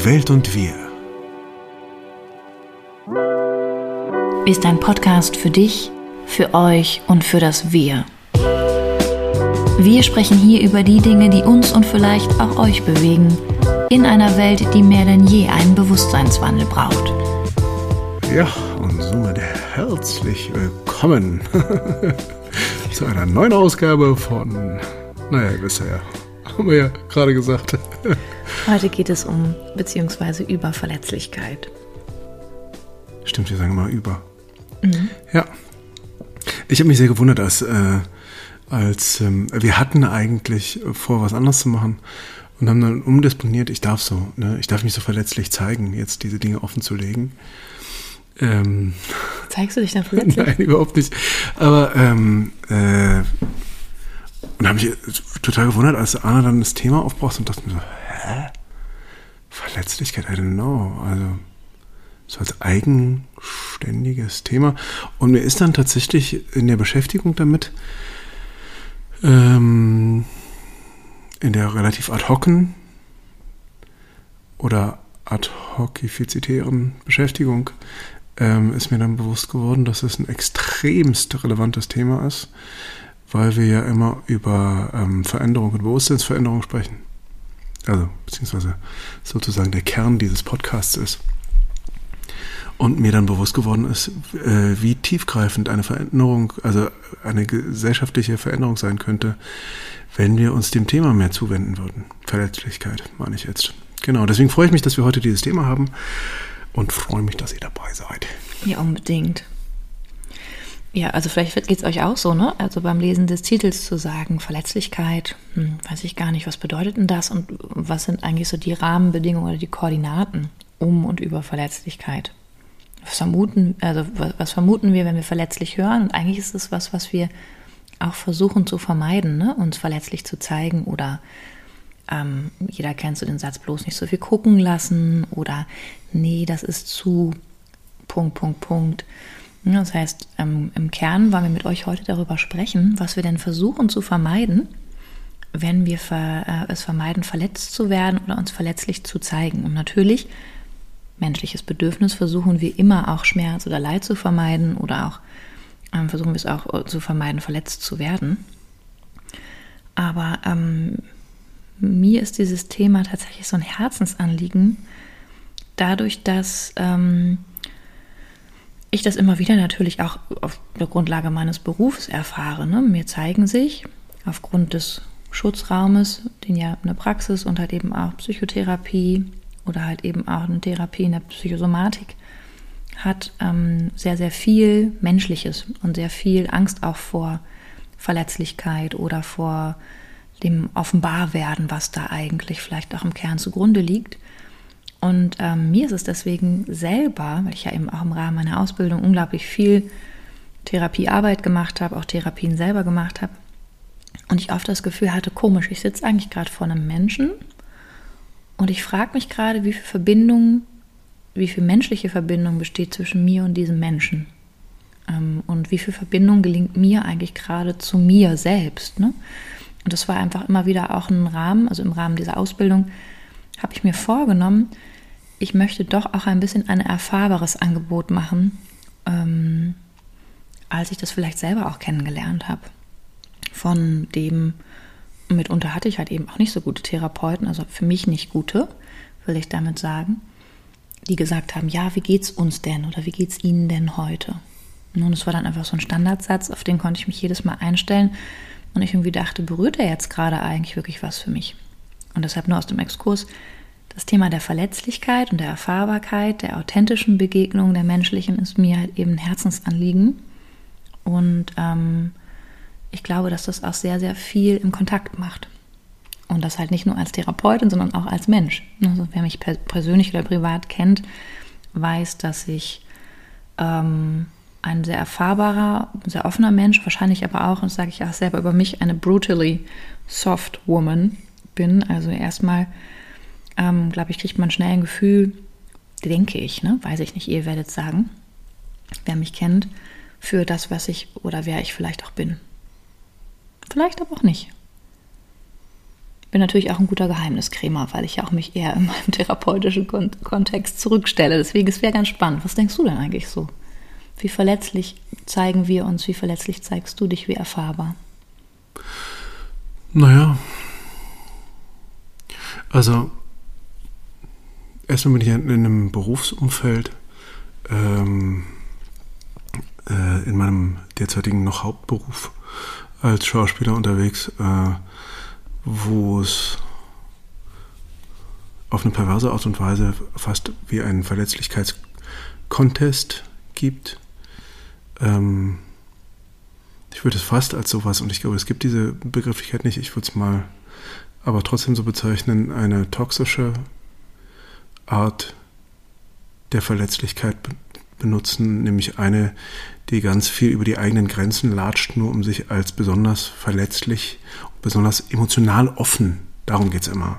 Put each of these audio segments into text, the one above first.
Welt und wir ist ein Podcast für dich, für euch und für das Wir. Wir sprechen hier über die Dinge, die uns und vielleicht auch euch bewegen, in einer Welt, die mehr denn je einen Bewusstseinswandel braucht. Ja, und somit herzlich willkommen zu einer neuen Ausgabe von, naja, wisst ihr ja, haben wir ja gerade gesagt. Heute geht es um, beziehungsweise über Verletzlichkeit. Stimmt, wir sagen immer über. Mhm. Ja, ich habe mich sehr gewundert, als wir hatten eigentlich vor, was anderes zu machen und haben dann umdisponiert, ich darf mich so verletzlich zeigen, jetzt diese Dinge offen zu legen. Zeigst du dich dann verletzlich? Nein, überhaupt nicht. Aber und habe mich total gewundert, als Anna dann das Thema aufbraucht und dachte mir so, hä? Verletzlichkeit, I don't know. Also so als eigenständiges Thema. Und mir ist dann tatsächlich in der Beschäftigung damit, in der relativ ad-hocen oder ad-hocifizitären Beschäftigung, ist mir dann bewusst geworden, dass es ein extremst relevantes Thema ist, weil wir ja immer über Veränderung und Bewusstseinsveränderung sprechen. Also, beziehungsweise sozusagen der Kern dieses Podcasts ist. Und mir dann bewusst geworden ist, wie tiefgreifend eine Veränderung, also eine gesellschaftliche Veränderung sein könnte, wenn wir uns dem Thema mehr zuwenden würden. Verletzlichkeit, meine ich jetzt. Genau, deswegen freue ich mich, dass wir heute dieses Thema haben und freue mich, dass ihr dabei seid. Ja, unbedingt. Ja, also vielleicht geht es euch auch so, ne? Also beim Lesen des Titels zu sagen, Verletzlichkeit, weiß ich gar nicht, was bedeutet denn das und was sind eigentlich so die Rahmenbedingungen oder die Koordinaten um und über Verletzlichkeit? Was vermuten wir, wenn wir verletzlich hören? Und eigentlich ist es was wir auch versuchen zu vermeiden, ne? Uns verletzlich zu zeigen oder jeder kennt so den Satz, bloß nicht so viel gucken lassen oder nee, das ist zu ... Das heißt, im Kern wollen wir mit euch heute darüber sprechen, was wir denn versuchen zu vermeiden, wenn wir es vermeiden, verletzt zu werden oder uns verletzlich zu zeigen. Und natürlich, menschliches Bedürfnis, versuchen wir immer auch Schmerz oder Leid zu vermeiden oder auch versuchen wir es auch zu vermeiden, verletzt zu werden. Aber mir ist dieses Thema tatsächlich so ein Herzensanliegen, dadurch, dass ich das immer wieder natürlich auch auf der Grundlage meines Berufs erfahre. Ne? Mir zeigen sich aufgrund des Schutzraumes, den ja eine Praxis und halt eben auch Psychotherapie oder halt eben auch eine Therapie in der Psychosomatik hat, sehr, sehr viel Menschliches und sehr viel Angst auch vor Verletzlichkeit oder vor dem Offenbarwerden, was da eigentlich vielleicht auch im Kern zugrunde liegt. Und mir ist es deswegen selber, weil ich ja eben auch im Rahmen meiner Ausbildung unglaublich viel Therapiearbeit gemacht habe, auch Therapien selber gemacht habe und ich oft das Gefühl hatte, komisch, ich sitze eigentlich gerade vor einem Menschen und ich frage mich gerade, wie viel menschliche Verbindung besteht zwischen mir und diesem Menschen und wie viel Verbindung gelingt mir eigentlich gerade zu mir selbst, ne? Und das war einfach immer wieder auch ein Rahmen, also im Rahmen dieser Ausbildung habe ich mir vorgenommen, ich möchte doch auch ein bisschen ein erfahrbares Angebot machen, als ich das vielleicht selber auch kennengelernt habe. Von dem, mitunter hatte ich halt eben auch nicht so gute Therapeuten, also für mich nicht gute, will ich damit sagen, die gesagt haben, ja, wie geht's uns denn oder wie geht's Ihnen denn heute? Und es war dann einfach so ein Standardsatz, auf den konnte ich mich jedes Mal einstellen und ich irgendwie dachte, berührt er jetzt gerade eigentlich wirklich was für mich? Und deshalb nur aus dem Exkurs, das Thema der Verletzlichkeit und der Erfahrbarkeit, der authentischen Begegnung, der menschlichen, ist mir halt eben ein Herzensanliegen. Und ich glaube, dass das auch sehr, sehr viel im Kontakt macht. Und das halt nicht nur als Therapeutin, sondern auch als Mensch. Also wer mich persönlich oder privat kennt, weiß, dass ich ein sehr erfahrbarer, sehr offener Mensch, wahrscheinlich aber auch, und das sage ich auch selber über mich, eine brutally soft woman bin. Also erstmal, glaube ich, kriegt man schnell ein Gefühl, denke ich, ne? Weiß ich nicht, ihr werdet sagen, wer mich kennt, für das, was ich oder wer ich vielleicht auch bin. Vielleicht aber auch nicht. bin natürlich auch ein guter Geheimniskrämer, weil ich ja auch mich eher in meinem therapeutischen Kontext zurückstelle. Deswegen, es wäre ganz spannend. Was denkst du denn eigentlich so? Wie verletzlich zeigen wir uns? Wie verletzlich zeigst du dich? Wie erfahrbar? Naja, also erstmal bin ich in einem Berufsumfeld, in meinem derzeitigen noch Hauptberuf als Schauspieler unterwegs, wo es auf eine perverse Art und Weise fast wie einen Verletzlichkeitskontest gibt. Ich würde es fast als sowas, und ich glaube, es gibt diese Begrifflichkeit nicht, ich würde es mal aber trotzdem so bezeichnen, eine toxische Art der Verletzlichkeit benutzen, nämlich eine, die ganz viel über die eigenen Grenzen latscht, nur um sich als besonders verletzlich, besonders emotional offen, darum geht es immer.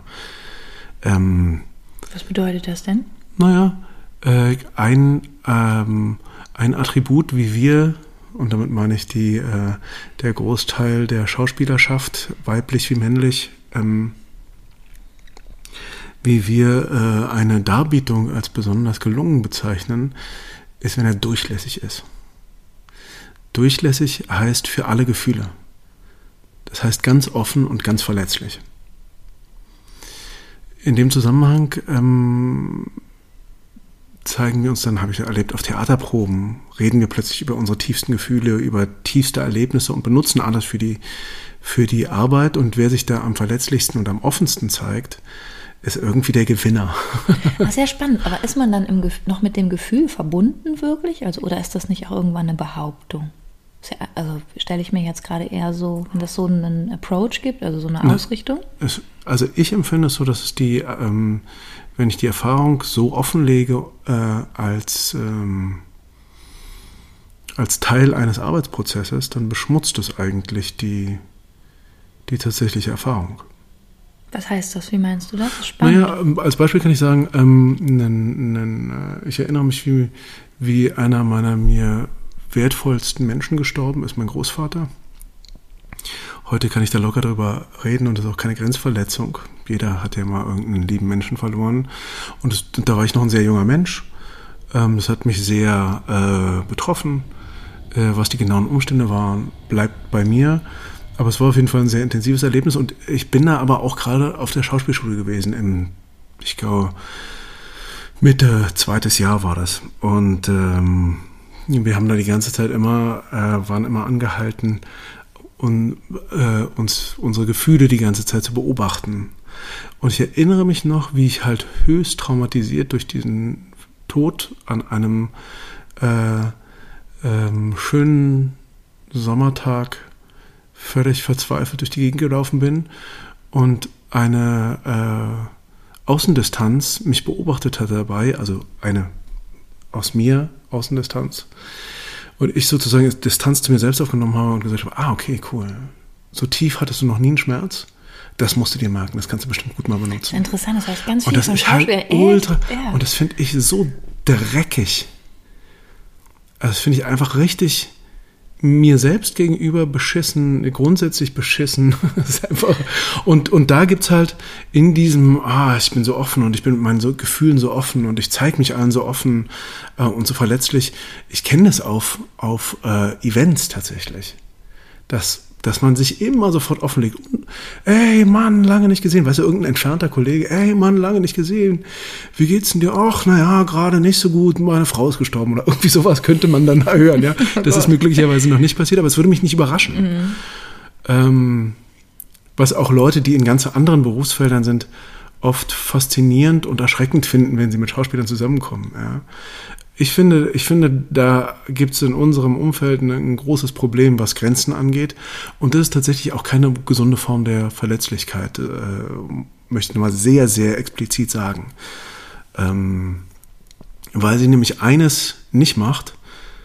Was bedeutet das denn? Naja, ein Attribut, wie wir, und damit meine ich der Großteil der Schauspielerschaft, weiblich wie männlich, wie wir eine Darbietung als besonders gelungen bezeichnen, ist, wenn er durchlässig ist. Durchlässig heißt für alle Gefühle. Das heißt ganz offen und ganz verletzlich. In dem Zusammenhang zeigen wir uns dann, habe ich erlebt, auf Theaterproben, reden wir plötzlich über unsere tiefsten Gefühle, über tiefste Erlebnisse und benutzen alles für die Arbeit. Und wer sich da am verletzlichsten und am offensten zeigt, ist irgendwie der Gewinner. Das ist ja spannend, aber ist man dann noch mit dem Gefühl verbunden wirklich? Also, oder ist das nicht auch irgendwann eine Behauptung? Also stelle ich mir jetzt gerade eher so, wenn das so einen Approach gibt, also so eine Ausrichtung? Also ich empfinde es so, dass es wenn ich die Erfahrung so offenlege als Teil eines Arbeitsprozesses, dann beschmutzt es eigentlich die tatsächliche Erfahrung. Was heißt das? Wie meinst du das? Das ist spannend. Naja, als Beispiel kann ich sagen, ich erinnere mich, wie einer meiner mir wertvollsten Menschen gestorben ist, mein Großvater. Heute kann ich da locker drüber reden und das ist auch keine Grenzverletzung. Jeder hat ja mal irgendeinen lieben Menschen verloren. Und da war ich noch ein sehr junger Mensch. Das hat mich sehr betroffen. Was die genauen Umstände waren, bleibt bei mir. Aber es war auf jeden Fall ein sehr intensives Erlebnis. Und ich bin da aber auch gerade auf der Schauspielschule gewesen. Ich glaube, Mitte, zweites Jahr war das. Und wir haben da die ganze Zeit waren immer angehalten, uns unsere Gefühle die ganze Zeit zu beobachten. Und ich erinnere mich noch, wie ich halt höchst traumatisiert durch diesen Tod an einem schönen Sommertag völlig verzweifelt durch die Gegend gelaufen bin und eine Außendistanz mich beobachtet hat dabei, also eine aus mir Außendistanz. Und ich sozusagen Distanz zu mir selbst aufgenommen habe und gesagt habe, okay, cool. So tief hattest du noch nie einen Schmerz. Das musst du dir merken, das kannst du bestimmt gut mal benutzen. Das ist interessant, das heißt ganz viel und das von ist halt ultra, und das finde ich so dreckig. Also das finde ich einfach richtig mir selbst gegenüber beschissen, grundsätzlich beschissen. Das ist einfach, und da gibt's halt in diesem, ich bin so offen und ich bin mit meinen Gefühlen so offen und ich zeige mich allen so offen und so verletzlich. Ich kenne das auf Events tatsächlich, dass man sich immer sofort offenlegt. Ey, Mann, lange nicht gesehen. Weißt du, irgendein entfernter Kollege, ey, Mann, lange nicht gesehen. Wie geht's denn dir? Ach, naja, gerade nicht so gut. Meine Frau ist gestorben. Oder irgendwie sowas könnte man dann hören. Ja, das ist mir glücklicherweise noch nicht passiert, aber es würde mich nicht überraschen. Was auch Leute, die in ganz anderen Berufsfeldern sind, oft faszinierend und erschreckend finden, wenn sie mit Schauspielern zusammenkommen. Ja. Ich finde, da gibt es in unserem Umfeld ein großes Problem, was Grenzen angeht. Und das ist tatsächlich auch keine gesunde Form der Verletzlichkeit, möchte ich mal sehr, sehr explizit sagen. Weil sie nämlich eines nicht macht,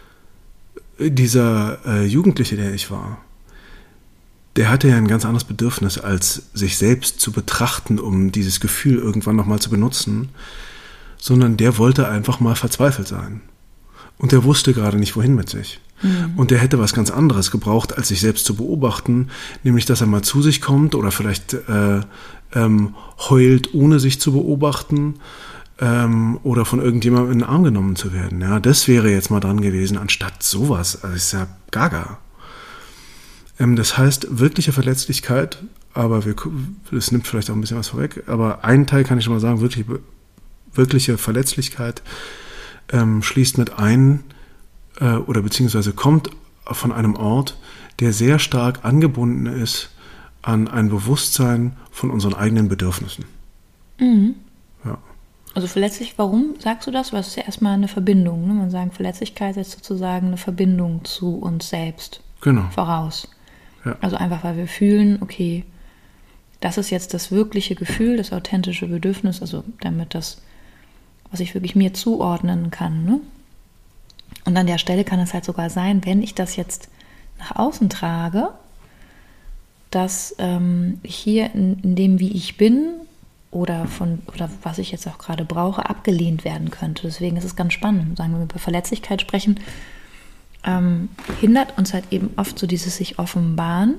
dieser Jugendliche, der ich war, der hatte ja ein ganz anderes Bedürfnis, als sich selbst zu betrachten, um dieses Gefühl irgendwann nochmal zu benutzen, sondern der wollte einfach mal verzweifelt sein. Und der wusste gerade nicht, wohin mit sich. Und der hätte was ganz anderes gebraucht, als sich selbst zu beobachten, nämlich, dass er mal zu sich kommt oder vielleicht heult, ohne sich zu beobachten, oder von irgendjemandem in den Arm genommen zu werden. Ja, das wäre jetzt mal dran gewesen, anstatt sowas. Also ist ja gaga. Das heißt, wirkliche Verletzlichkeit, aber das nimmt vielleicht auch ein bisschen was vorweg, aber einen Teil kann ich schon mal sagen, wirkliche Verletzlichkeit schließt mit ein, oder beziehungsweise kommt von einem Ort, der sehr stark angebunden ist an ein Bewusstsein von unseren eigenen Bedürfnissen. Mhm. Ja. Also verletzlich, warum sagst du das? Weil es ist ja erstmal eine Verbindung. Ne? Man sagt, Verletzlichkeit ist sozusagen eine Verbindung zu uns selbst voraus. Ja. Also einfach, weil wir fühlen, okay, das ist jetzt das wirkliche Gefühl, das authentische Bedürfnis, also damit das, was ich wirklich mir zuordnen kann. Ne? Und an der Stelle kann es halt sogar sein, wenn ich das jetzt nach außen trage, dass hier in dem, wie ich bin oder was ich jetzt auch gerade brauche, abgelehnt werden könnte. Deswegen ist es ganz spannend. Sagen wir, über Verletzlichkeit sprechen, hindert uns halt eben oft so dieses sich offenbaren,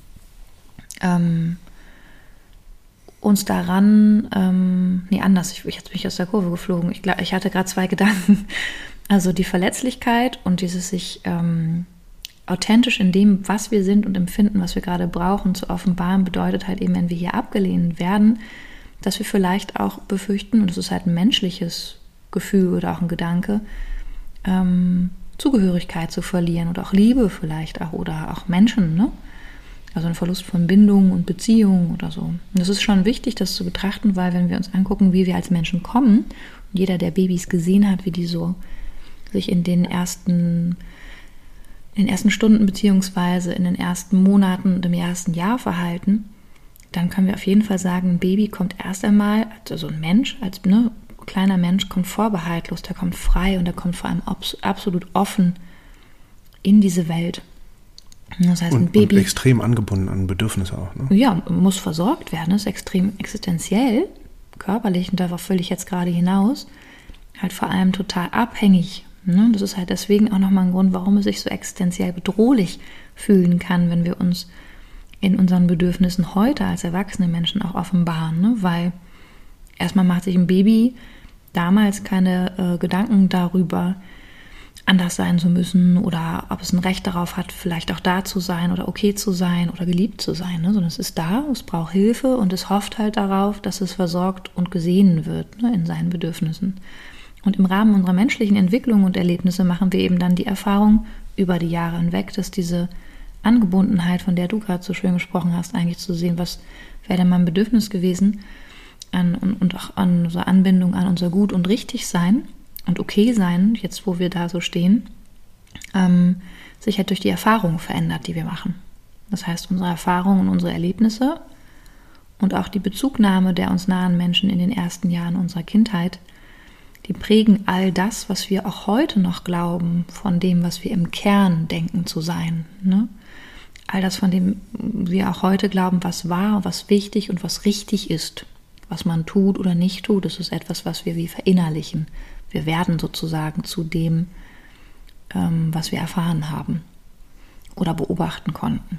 uns daran, anders, jetzt bin ich aus der Kurve geflogen. Ich hatte gerade zwei Gedanken. Also die Verletzlichkeit und dieses sich authentisch in dem, was wir sind und empfinden, was wir gerade brauchen, zu offenbaren, bedeutet halt eben, wenn wir hier abgelehnt werden, dass wir vielleicht auch befürchten, und das ist halt ein menschliches Gefühl oder auch ein Gedanke, Zugehörigkeit zu verlieren oder auch Liebe vielleicht auch oder auch Menschen, ne? Also ein Verlust von Bindung und Beziehung oder so. Und das ist schon wichtig, das zu betrachten, weil wenn wir uns angucken, wie wir als Menschen kommen, und jeder, der Babys gesehen hat, wie die so sich in den ersten Stunden beziehungsweise in den ersten Monaten und im ersten Jahr verhalten, dann können wir auf jeden Fall sagen, ein Baby kommt erst einmal, also ein Mensch, als kleiner Mensch kommt vorbehaltlos, der kommt frei und der kommt vor allem absolut offen in diese Welt. Das heißt, ein Baby und extrem angebunden an Bedürfnisse auch. Ne? Ja, muss versorgt werden, ist extrem existenziell, körperlich und darauf will ich jetzt gerade hinaus, halt vor allem total abhängig. Ne? Das ist halt deswegen auch nochmal ein Grund, warum es sich so existenziell bedrohlich fühlen kann, wenn wir uns in unseren Bedürfnissen heute als erwachsene Menschen auch offenbaren. Ne? Weil erstmal macht sich ein Baby damals keine Gedanken darüber, anders sein zu müssen oder ob es ein Recht darauf hat, vielleicht auch da zu sein oder okay zu sein oder geliebt zu sein, ne? Sondern es ist da, es braucht Hilfe und es hofft halt darauf, dass es versorgt und gesehen wird, ne, in seinen Bedürfnissen. Und im Rahmen unserer menschlichen Entwicklung und Erlebnisse machen wir eben dann die Erfahrung über die Jahre hinweg, dass diese Angebundenheit, von der du gerade so schön gesprochen hast, eigentlich zu sehen, was wäre denn mein Bedürfnis gewesen, und auch an unsere Anbindung an unser Gut und Richtigsein und okay sein, jetzt wo wir da so stehen, sich halt durch die Erfahrungen verändert, die wir machen. Das heißt, unsere Erfahrungen und unsere Erlebnisse und auch die Bezugnahme der uns nahen Menschen in den ersten Jahren unserer Kindheit, die prägen all das, was wir auch heute noch glauben, von dem, was wir im Kern denken zu sein. Ne? All das, von dem wir auch heute glauben, was wahr, was wichtig und was richtig ist. Was man tut oder nicht tut, das ist etwas, was wir wie verinnerlichen. Wir werden sozusagen zu dem, was wir erfahren haben oder beobachten konnten.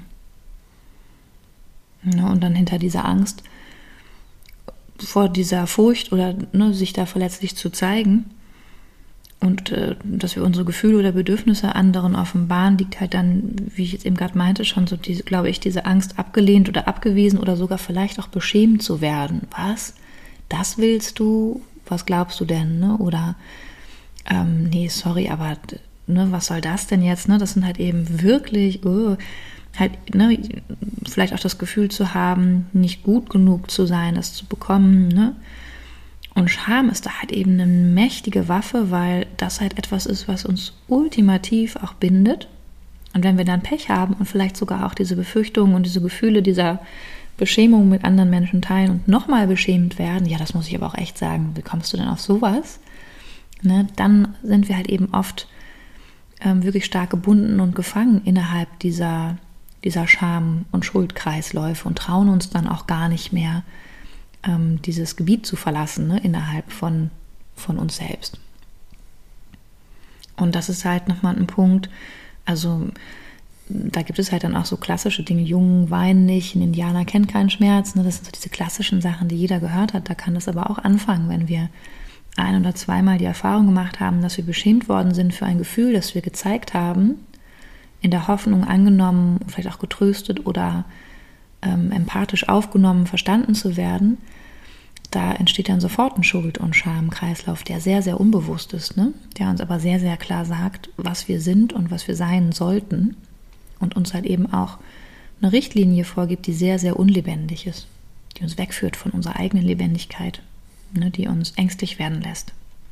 Ja, und dann hinter dieser Angst, vor dieser Furcht oder sich da verletzlich zu zeigen und dass wir unsere Gefühle oder Bedürfnisse anderen offenbaren, liegt halt dann, wie ich jetzt eben gerade meinte, schon so, glaube ich, diese Angst, abgelehnt oder abgewiesen oder sogar vielleicht auch beschämt zu werden. Was? Das willst du? Was glaubst du denn? Ne? Oder nee, sorry, aber was soll das denn jetzt? Ne? Das sind halt eben wirklich vielleicht auch das Gefühl zu haben, nicht gut genug zu sein, das zu bekommen. Ne? Und Scham ist da halt eben eine mächtige Waffe, weil das halt etwas ist, was uns ultimativ auch bindet. Und wenn wir dann Pech haben und vielleicht sogar auch diese Befürchtungen und diese Gefühle dieser Beschämung mit anderen Menschen teilen und nochmal beschämt werden, ja, das muss ich aber auch echt sagen, wie kommst du denn auf sowas? Ne, dann sind wir halt eben oft wirklich stark gebunden und gefangen innerhalb dieser Scham- und Schuldkreisläufe und trauen uns dann auch gar nicht mehr, dieses Gebiet zu verlassen, ne, innerhalb von uns selbst. Und das ist halt nochmal ein Punkt, Also da gibt es halt dann auch so klassische Dinge, Jungen weinen nicht, ein Indianer kennt keinen Schmerz, ne? Das sind so diese klassischen Sachen, die jeder gehört hat. Da kann das aber auch anfangen, wenn wir ein- oder zweimal die Erfahrung gemacht haben, dass wir beschämt worden sind für ein Gefühl, das wir gezeigt haben, in der Hoffnung angenommen, vielleicht auch getröstet oder empathisch aufgenommen, verstanden zu werden. Da entsteht dann sofort ein Schuld- und Schamkreislauf, der sehr, sehr unbewusst ist, ne? Der uns aber sehr, sehr klar sagt, was wir sind und was wir sein sollten und uns halt eben auch eine Richtlinie vorgibt, die sehr, sehr unlebendig ist, die uns wegführt von unserer eigenen Lebendigkeit, ne? Die uns ängstlich werden lässt.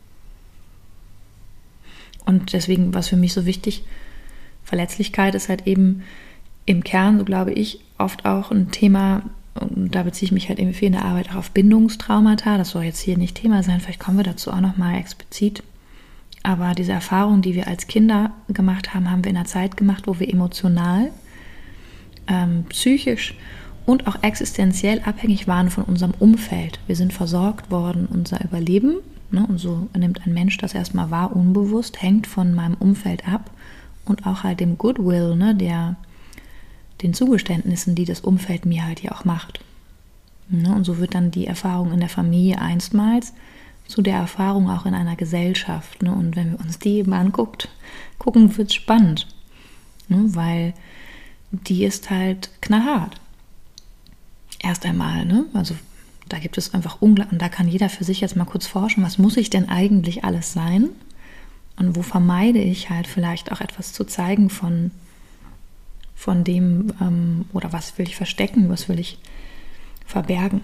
Und deswegen, was für mich so wichtig, Verletzlichkeit ist halt eben im Kern, so glaube ich, oft auch ein Thema, und da beziehe ich mich halt eben viel in der Arbeit auch auf Bindungstraumata. Das soll jetzt hier nicht Thema sein, vielleicht kommen wir dazu auch nochmal explizit. Aber diese Erfahrungen, die wir als Kinder gemacht haben, haben wir in einer Zeit gemacht, wo wir emotional, psychisch und auch existenziell abhängig waren von unserem Umfeld. Wir sind versorgt worden, unser Überleben, ne, und so nimmt ein Mensch das erstmal wahr, unbewusst, hängt von meinem Umfeld ab und auch halt dem Goodwill, ne, den Zugeständnissen, die das Umfeld mir halt ja auch macht. Ne, und so wird dann die Erfahrung in der Familie einstmals zu der Erfahrung auch in einer Gesellschaft. Ne, und wenn wir uns die eben gucken, wird es spannend, ne, weil die ist halt knallhart. Erst einmal, ne? Also da gibt es einfach und da kann jeder für sich jetzt mal kurz forschen, was muss ich denn eigentlich alles sein? Und wo vermeide ich halt vielleicht auch etwas zu zeigen von dem, oder was will ich verstecken, was will ich verbergen?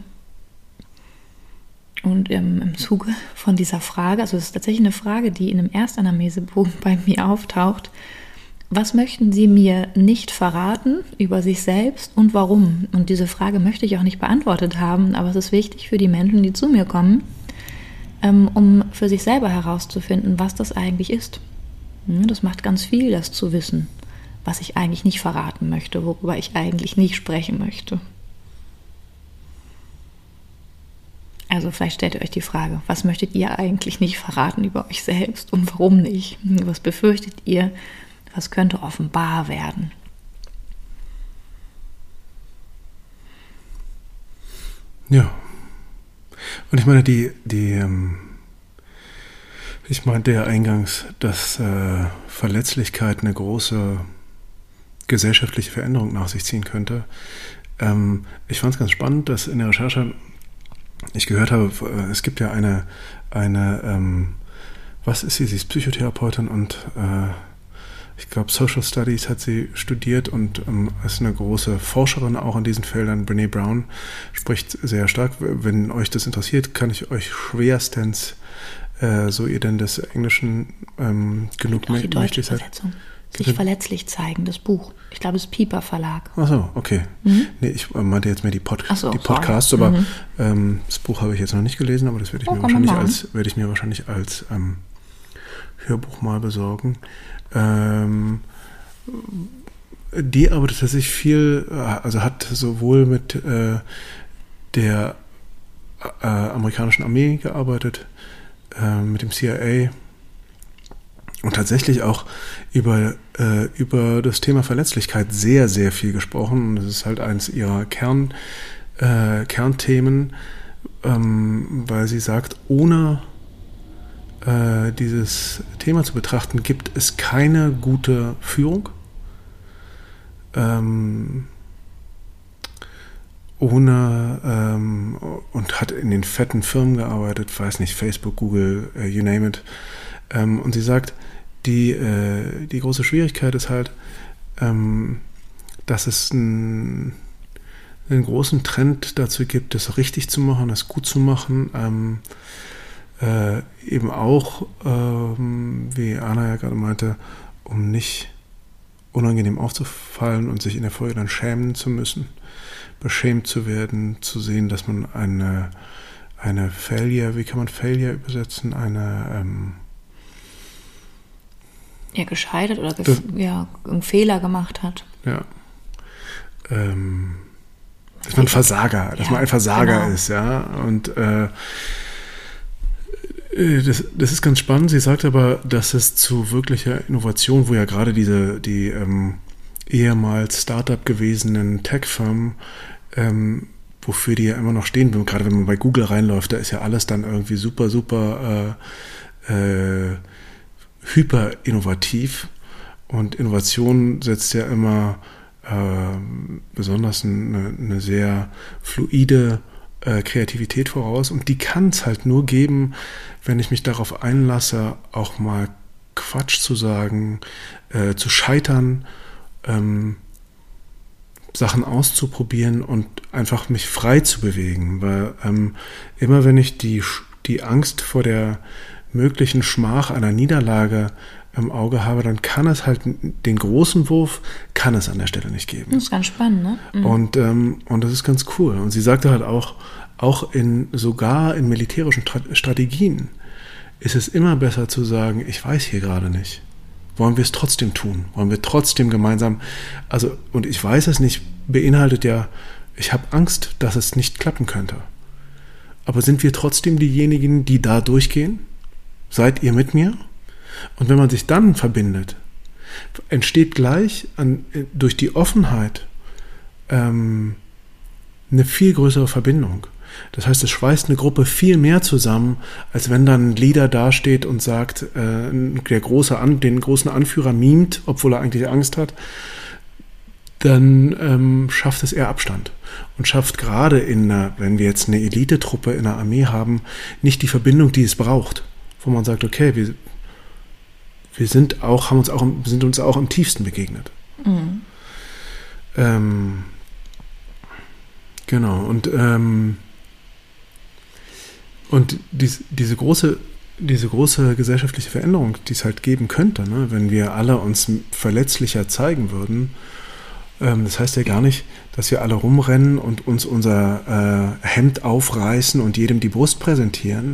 Und im Zuge von dieser Frage, also es ist tatsächlich eine Frage, die in einem Erstanamnesebogen bei mir auftaucht, was möchten Sie mir nicht verraten über sich selbst und warum? Und diese Frage möchte ich auch nicht beantwortet haben, aber es ist wichtig für die Menschen, die zu mir kommen, um für sich selber herauszufinden, was das eigentlich ist. Das macht ganz viel, das zu wissen, was ich eigentlich nicht verraten möchte, worüber ich eigentlich nicht sprechen möchte. Also vielleicht stellt ihr euch die Frage, was möchtet ihr eigentlich nicht verraten über euch selbst und warum nicht? Was befürchtet ihr? Was könnte offenbar werden? Ja. Und ich meine, ich meinte ja eingangs, dass Verletzlichkeit eine große gesellschaftliche Veränderung nach sich ziehen könnte. Ich fand es ganz spannend, dass in der Recherche ich gehört habe, es gibt ja eine was ist sie? Sie ist Psychotherapeutin und ich glaube, Social Studies hat sie studiert und ist eine große Forscherin auch in diesen Feldern. Brené Brown spricht sehr stark. Wenn euch das interessiert, kann ich euch schwerstens, so ihr denn des Englischen genug die deutsche Übersetzung. Sich verletzlich zeigen, das Buch. Ich glaube, es ist Piper Verlag. Ach so, okay. Nee, ich meinte jetzt mehr die Podcasts, aber das Buch habe ich jetzt noch nicht gelesen, aber das werde ich mir wahrscheinlich als Hörbuch mal besorgen. Die arbeitet tatsächlich viel, also hat sowohl mit der amerikanischen Armee gearbeitet, mit dem CIA und tatsächlich auch über das Thema Verletzlichkeit sehr, sehr viel gesprochen. Und das ist halt eines ihrer Kernthemen, weil sie sagt, ohne dieses Thema zu betrachten, gibt es keine gute Führung. Und hat in den fetten Firmen gearbeitet, weiß nicht, Facebook, Google, you name it. Und sie sagt, die große Schwierigkeit ist halt, dass es einen großen Trend dazu gibt, das richtig zu machen, das gut zu machen. Eben auch, wie Anna ja gerade meinte, um nicht unangenehm aufzufallen und sich in der Folge dann schämen zu müssen, beschämt zu werden, zu sehen, dass man eine Failure, wie kann man Failure übersetzen? Gescheitert oder einen Fehler gemacht hat. Ja. Dass man ein Versager, ist, ja. Und Das ist ganz spannend. Sie sagt aber, dass es zu wirklicher Innovation, wo ja gerade die ehemals Startup gewesenen Tech-Firmen, wofür die ja immer noch stehen, gerade wenn man bei Google reinläuft, da ist ja alles dann irgendwie super, super hyper innovativ. Und Innovation setzt ja immer besonders eine sehr fluide Kreativität voraus, und die kann es halt nur geben, wenn ich mich darauf einlasse, auch mal Quatsch zu sagen, zu scheitern, Sachen auszuprobieren und einfach mich frei zu bewegen, weil immer wenn ich die Angst vor der möglichen Schmach einer Niederlage im Auge habe, dann kann es halt den großen Wurf kann es an der Stelle nicht geben. Das ist ganz spannend, ne? Mhm. Und das ist ganz cool. Und sie sagte halt auch sogar in militärischen Strategien ist es immer besser zu sagen, ich weiß hier gerade nicht. Wollen wir es trotzdem tun? Wollen wir trotzdem gemeinsam, und ich weiß es nicht, beinhaltet ja, ich habe Angst, dass es nicht klappen könnte. Aber sind wir trotzdem diejenigen, die da durchgehen? Seid ihr mit mir? Und wenn man sich dann verbindet, entsteht gleich durch die Offenheit eine viel größere Verbindung. Das heißt, es schweißt eine Gruppe viel mehr zusammen, als wenn dann ein Leader dasteht und sagt, den großen Anführer mimt, obwohl er eigentlich Angst hat. Dann schafft es eher Abstand und schafft gerade wenn wir jetzt eine Elitetruppe in der Armee haben, nicht die Verbindung, die es braucht, wo man sagt, okay, wir sind uns auch am tiefsten begegnet. Mhm. Genau, und diese große gesellschaftliche Veränderung, die es halt geben könnte, ne, wenn wir alle uns verletzlicher zeigen würden, das heißt ja gar nicht, dass wir alle rumrennen und uns unser Hemd aufreißen und jedem die Brust präsentieren,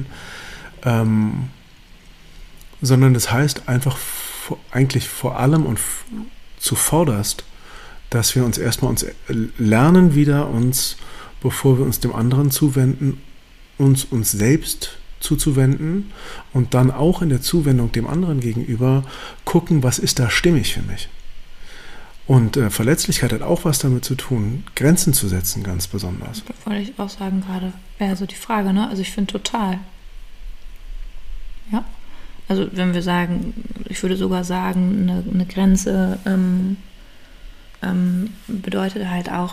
sondern das heißt einfach eigentlich vor allem und zuvorderst, dass wir uns erstmal lernen wieder bevor wir uns dem anderen zuwenden, uns selbst zuzuwenden und dann auch in der Zuwendung dem anderen gegenüber gucken, was ist da stimmig für mich. Und Verletzlichkeit hat auch was damit zu tun, Grenzen zu setzen, ganz besonders. Das wollte ich auch sagen gerade, wäre so die Frage, ne? Also ich finde total. Ja. Also wenn wir sagen, ich würde sogar sagen, eine Grenze bedeutet halt auch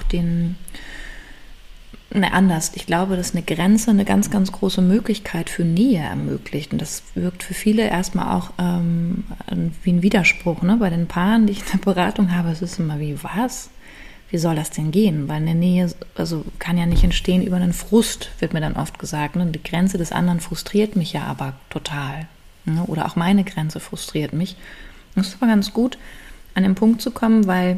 anders. Ich glaube, dass eine Grenze eine ganz, ganz große Möglichkeit für Nähe ermöglicht. Und das wirkt für viele erstmal auch wie ein Widerspruch. Ne? Bei den Paaren, die ich in der Beratung habe, es ist immer wie, was? Wie soll das denn gehen? Weil eine Nähe kann ja nicht entstehen über einen Frust, wird mir dann oft gesagt. Ne? Die Grenze des anderen frustriert mich ja aber total. Ne? Oder auch meine Grenze frustriert mich. Das ist aber ganz gut, an den Punkt zu kommen, weil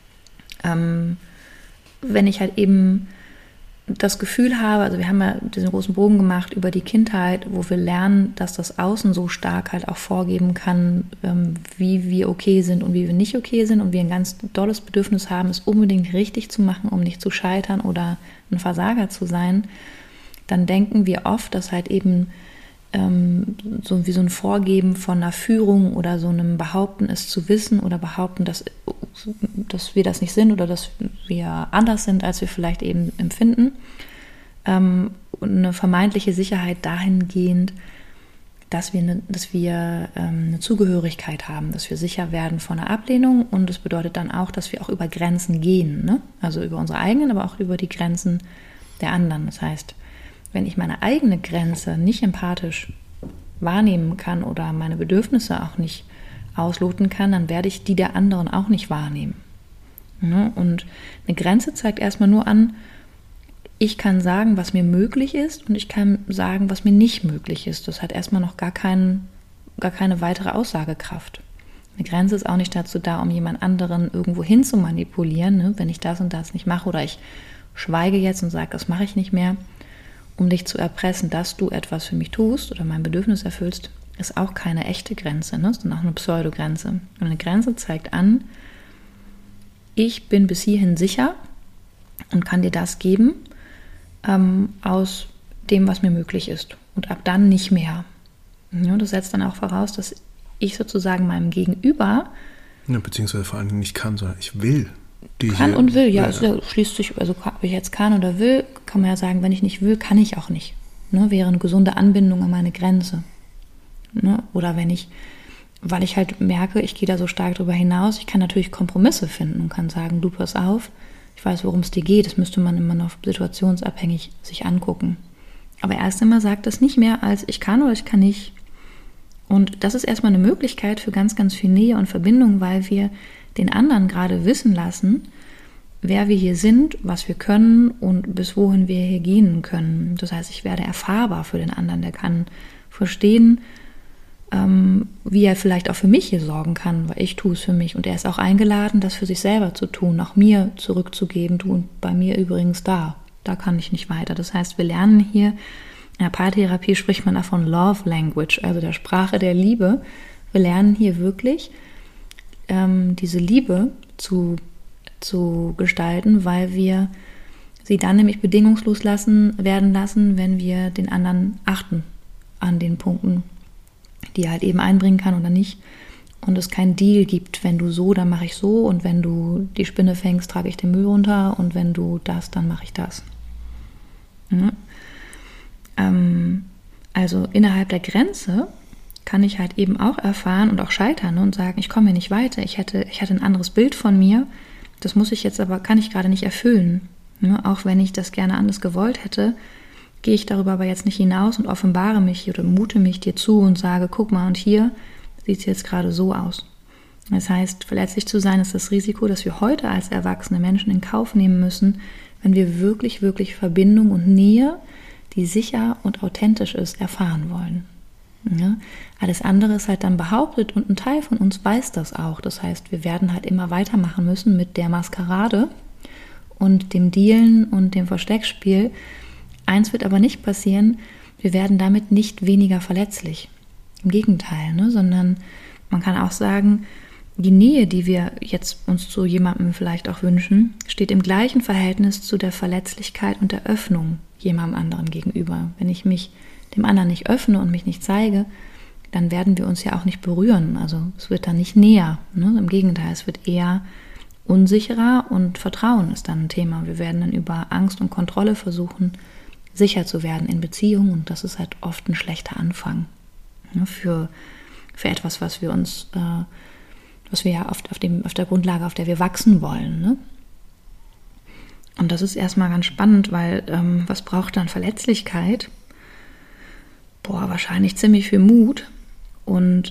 wenn ich halt eben das Gefühl habe, also wir haben ja diesen großen Bogen gemacht über die Kindheit, wo wir lernen, dass das Außen so stark halt auch vorgeben kann, wie wir okay sind und wie wir nicht okay sind, und wir ein ganz dolles Bedürfnis haben, es unbedingt richtig zu machen, um nicht zu scheitern oder ein Versager zu sein, dann denken wir oft, dass halt eben so wie so ein Vorgeben von einer Führung oder so einem Behaupten, es zu wissen oder behaupten, dass wir das nicht sind oder dass wir anders sind, als wir vielleicht eben empfinden. Und eine vermeintliche Sicherheit dahingehend, dass wir eine Zugehörigkeit haben, dass wir sicher werden vor einer Ablehnung, und das bedeutet dann auch, dass wir auch über Grenzen gehen, ne? Also über unsere eigenen, aber auch über die Grenzen der anderen. Das heißt, wenn ich meine eigene Grenze nicht empathisch wahrnehmen kann oder meine Bedürfnisse auch nicht ausloten kann, dann werde ich die der anderen auch nicht wahrnehmen. Und eine Grenze zeigt erstmal nur an, ich kann sagen, was mir möglich ist, und ich kann sagen, was mir nicht möglich ist. Das hat erstmal noch gar keine weitere Aussagekraft. Eine Grenze ist auch nicht dazu da, um jemand anderen irgendwo hin zu manipulieren, ne? Wenn ich das und das nicht mache oder ich schweige jetzt und sage, das mache ich nicht mehr, um dich zu erpressen, dass du etwas für mich tust oder mein Bedürfnis erfüllst, ist auch keine echte Grenze, ne? Sondern auch eine Pseudogrenze. Und eine Grenze zeigt an, ich bin bis hierhin sicher und kann dir das geben aus dem, was mir möglich ist. Und ab dann nicht mehr. Ja, das setzt dann auch voraus, dass ich sozusagen meinem Gegenüber beziehungsweise vor allem nicht kann, sondern ich will. Kann und will, ja. Also schließt sich, also ob ich jetzt kann oder will, kann man ja sagen, wenn ich nicht will, kann ich auch nicht. Ne? Wäre eine gesunde Anbindung an meine Grenze. Ne? Oder weil ich halt merke, ich gehe da so stark drüber hinaus, ich kann natürlich Kompromisse finden und kann sagen, du pass auf, ich weiß, worum es dir geht, das müsste man immer noch situationsabhängig sich angucken. Aber erst einmal sagt das nicht mehr als ich kann oder ich kann nicht. Und das ist erstmal eine Möglichkeit für ganz, ganz viel Nähe und Verbindung, weil wir den anderen gerade wissen lassen, wer wir hier sind, was wir können und bis wohin wir hier gehen können. Das heißt, ich werde erfahrbar für den anderen, der kann verstehen, wie er vielleicht auch für mich hier sorgen kann, weil ich tue es für mich. Und er ist auch eingeladen, das für sich selber zu tun, auch mir zurückzugeben. Du und bei mir übrigens da kann ich nicht weiter. Das heißt, wir lernen hier, in der Paartherapie spricht man davon Love Language, also der Sprache der Liebe. Wir lernen hier wirklich, diese Liebe zu gestalten, weil wir sie dann nämlich bedingungslos werden lassen, wenn wir den anderen achten an den Punkten, die er halt eben einbringen kann oder nicht. Und es keinen Deal gibt, wenn du so, dann mache ich so und wenn du die Spinne fängst, trage ich den Müll runter und wenn du das, dann mache ich das. Ja. Also innerhalb der Grenze kann ich halt eben auch erfahren und auch scheitern und sagen, ich komme hier nicht weiter, ich hatte ein anderes Bild von mir, das muss ich jetzt aber, kann ich gerade nicht erfüllen. Ja, auch wenn ich das gerne anders gewollt hätte, gehe ich darüber aber jetzt nicht hinaus und offenbare mich oder mute mich dir zu und sage, guck mal, und hier sieht es jetzt gerade so aus. Das heißt, verletzlich zu sein ist das Risiko, das wir heute als erwachsene Menschen in Kauf nehmen müssen, wenn wir wirklich, wirklich Verbindung und Nähe, die sicher und authentisch ist, erfahren wollen. Ja? Alles andere ist halt dann behauptet und ein Teil von uns weiß das auch. Das heißt, wir werden halt immer weitermachen müssen mit der Maskerade und dem Dealen und dem Versteckspiel. Eins wird aber nicht passieren, wir werden damit nicht weniger verletzlich. Im Gegenteil, ne? Sondern man kann auch sagen, die Nähe, die wir jetzt uns zu jemandem vielleicht auch wünschen, steht im gleichen Verhältnis zu der Verletzlichkeit und der Öffnung jemandem anderen gegenüber. Wenn ich mich dem anderen nicht öffne und mich nicht zeige, dann werden wir uns ja auch nicht berühren. Also es wird dann nicht näher. Ne? Im Gegenteil, es wird eher unsicherer und Vertrauen ist dann ein Thema. Wir werden dann über Angst und Kontrolle versuchen, sicher zu werden in Beziehungen und das ist halt oft ein schlechter Anfang, ne? Für etwas, was wir uns, was wir ja oft auf der Grundlage, auf der wir wachsen wollen. Ne? Und das ist erstmal ganz spannend, weil was braucht dann Verletzlichkeit? Wahrscheinlich ziemlich viel Mut. Und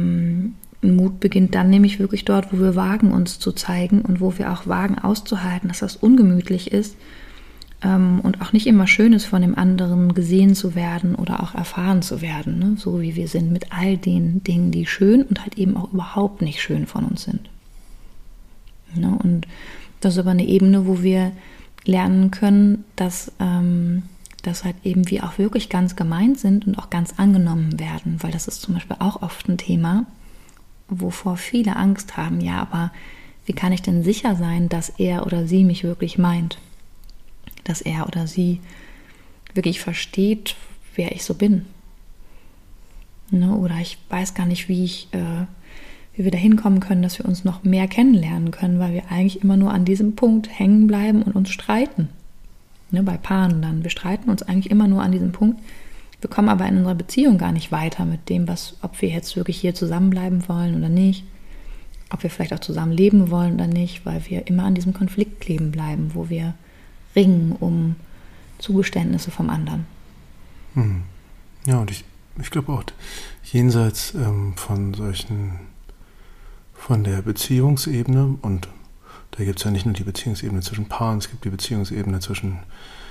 Mut beginnt dann nämlich wirklich dort, wo wir wagen, uns zu zeigen und wo wir auch wagen, auszuhalten, dass das ungemütlich ist und auch nicht immer schön ist, von dem anderen gesehen zu werden oder auch erfahren zu werden, ne? So wie wir sind, mit all den Dingen, die schön und halt eben auch überhaupt nicht schön von uns sind. Ne? Und das ist aber eine Ebene, wo wir lernen können, dass halt eben wir auch wirklich ganz gemeint sind und auch ganz angenommen werden, weil das ist zum Beispiel auch oft ein Thema, wovor viele Angst haben. Ja, aber wie kann ich denn sicher sein, dass er oder sie mich wirklich meint? Dass er oder sie wirklich versteht, wer ich so bin. Ne? Oder ich weiß gar nicht, wie wir da hinkommen können, dass wir uns noch mehr kennenlernen können, weil wir eigentlich immer nur an diesem Punkt hängen bleiben und uns streiten. Ne? Bei Paaren dann. Wir streiten uns eigentlich immer nur an diesem Punkt. Wir kommen aber in unserer Beziehung gar nicht weiter mit dem, ob wir jetzt wirklich hier zusammenbleiben wollen oder nicht. Ob wir vielleicht auch zusammen leben wollen oder nicht, weil wir immer an diesem Konflikt kleben bleiben, wo wir ringen um Zugeständnisse vom anderen. Ja, und ich glaube auch, jenseits von der Beziehungsebene, und da gibt es ja nicht nur die Beziehungsebene zwischen Paaren, es gibt die Beziehungsebene zwischen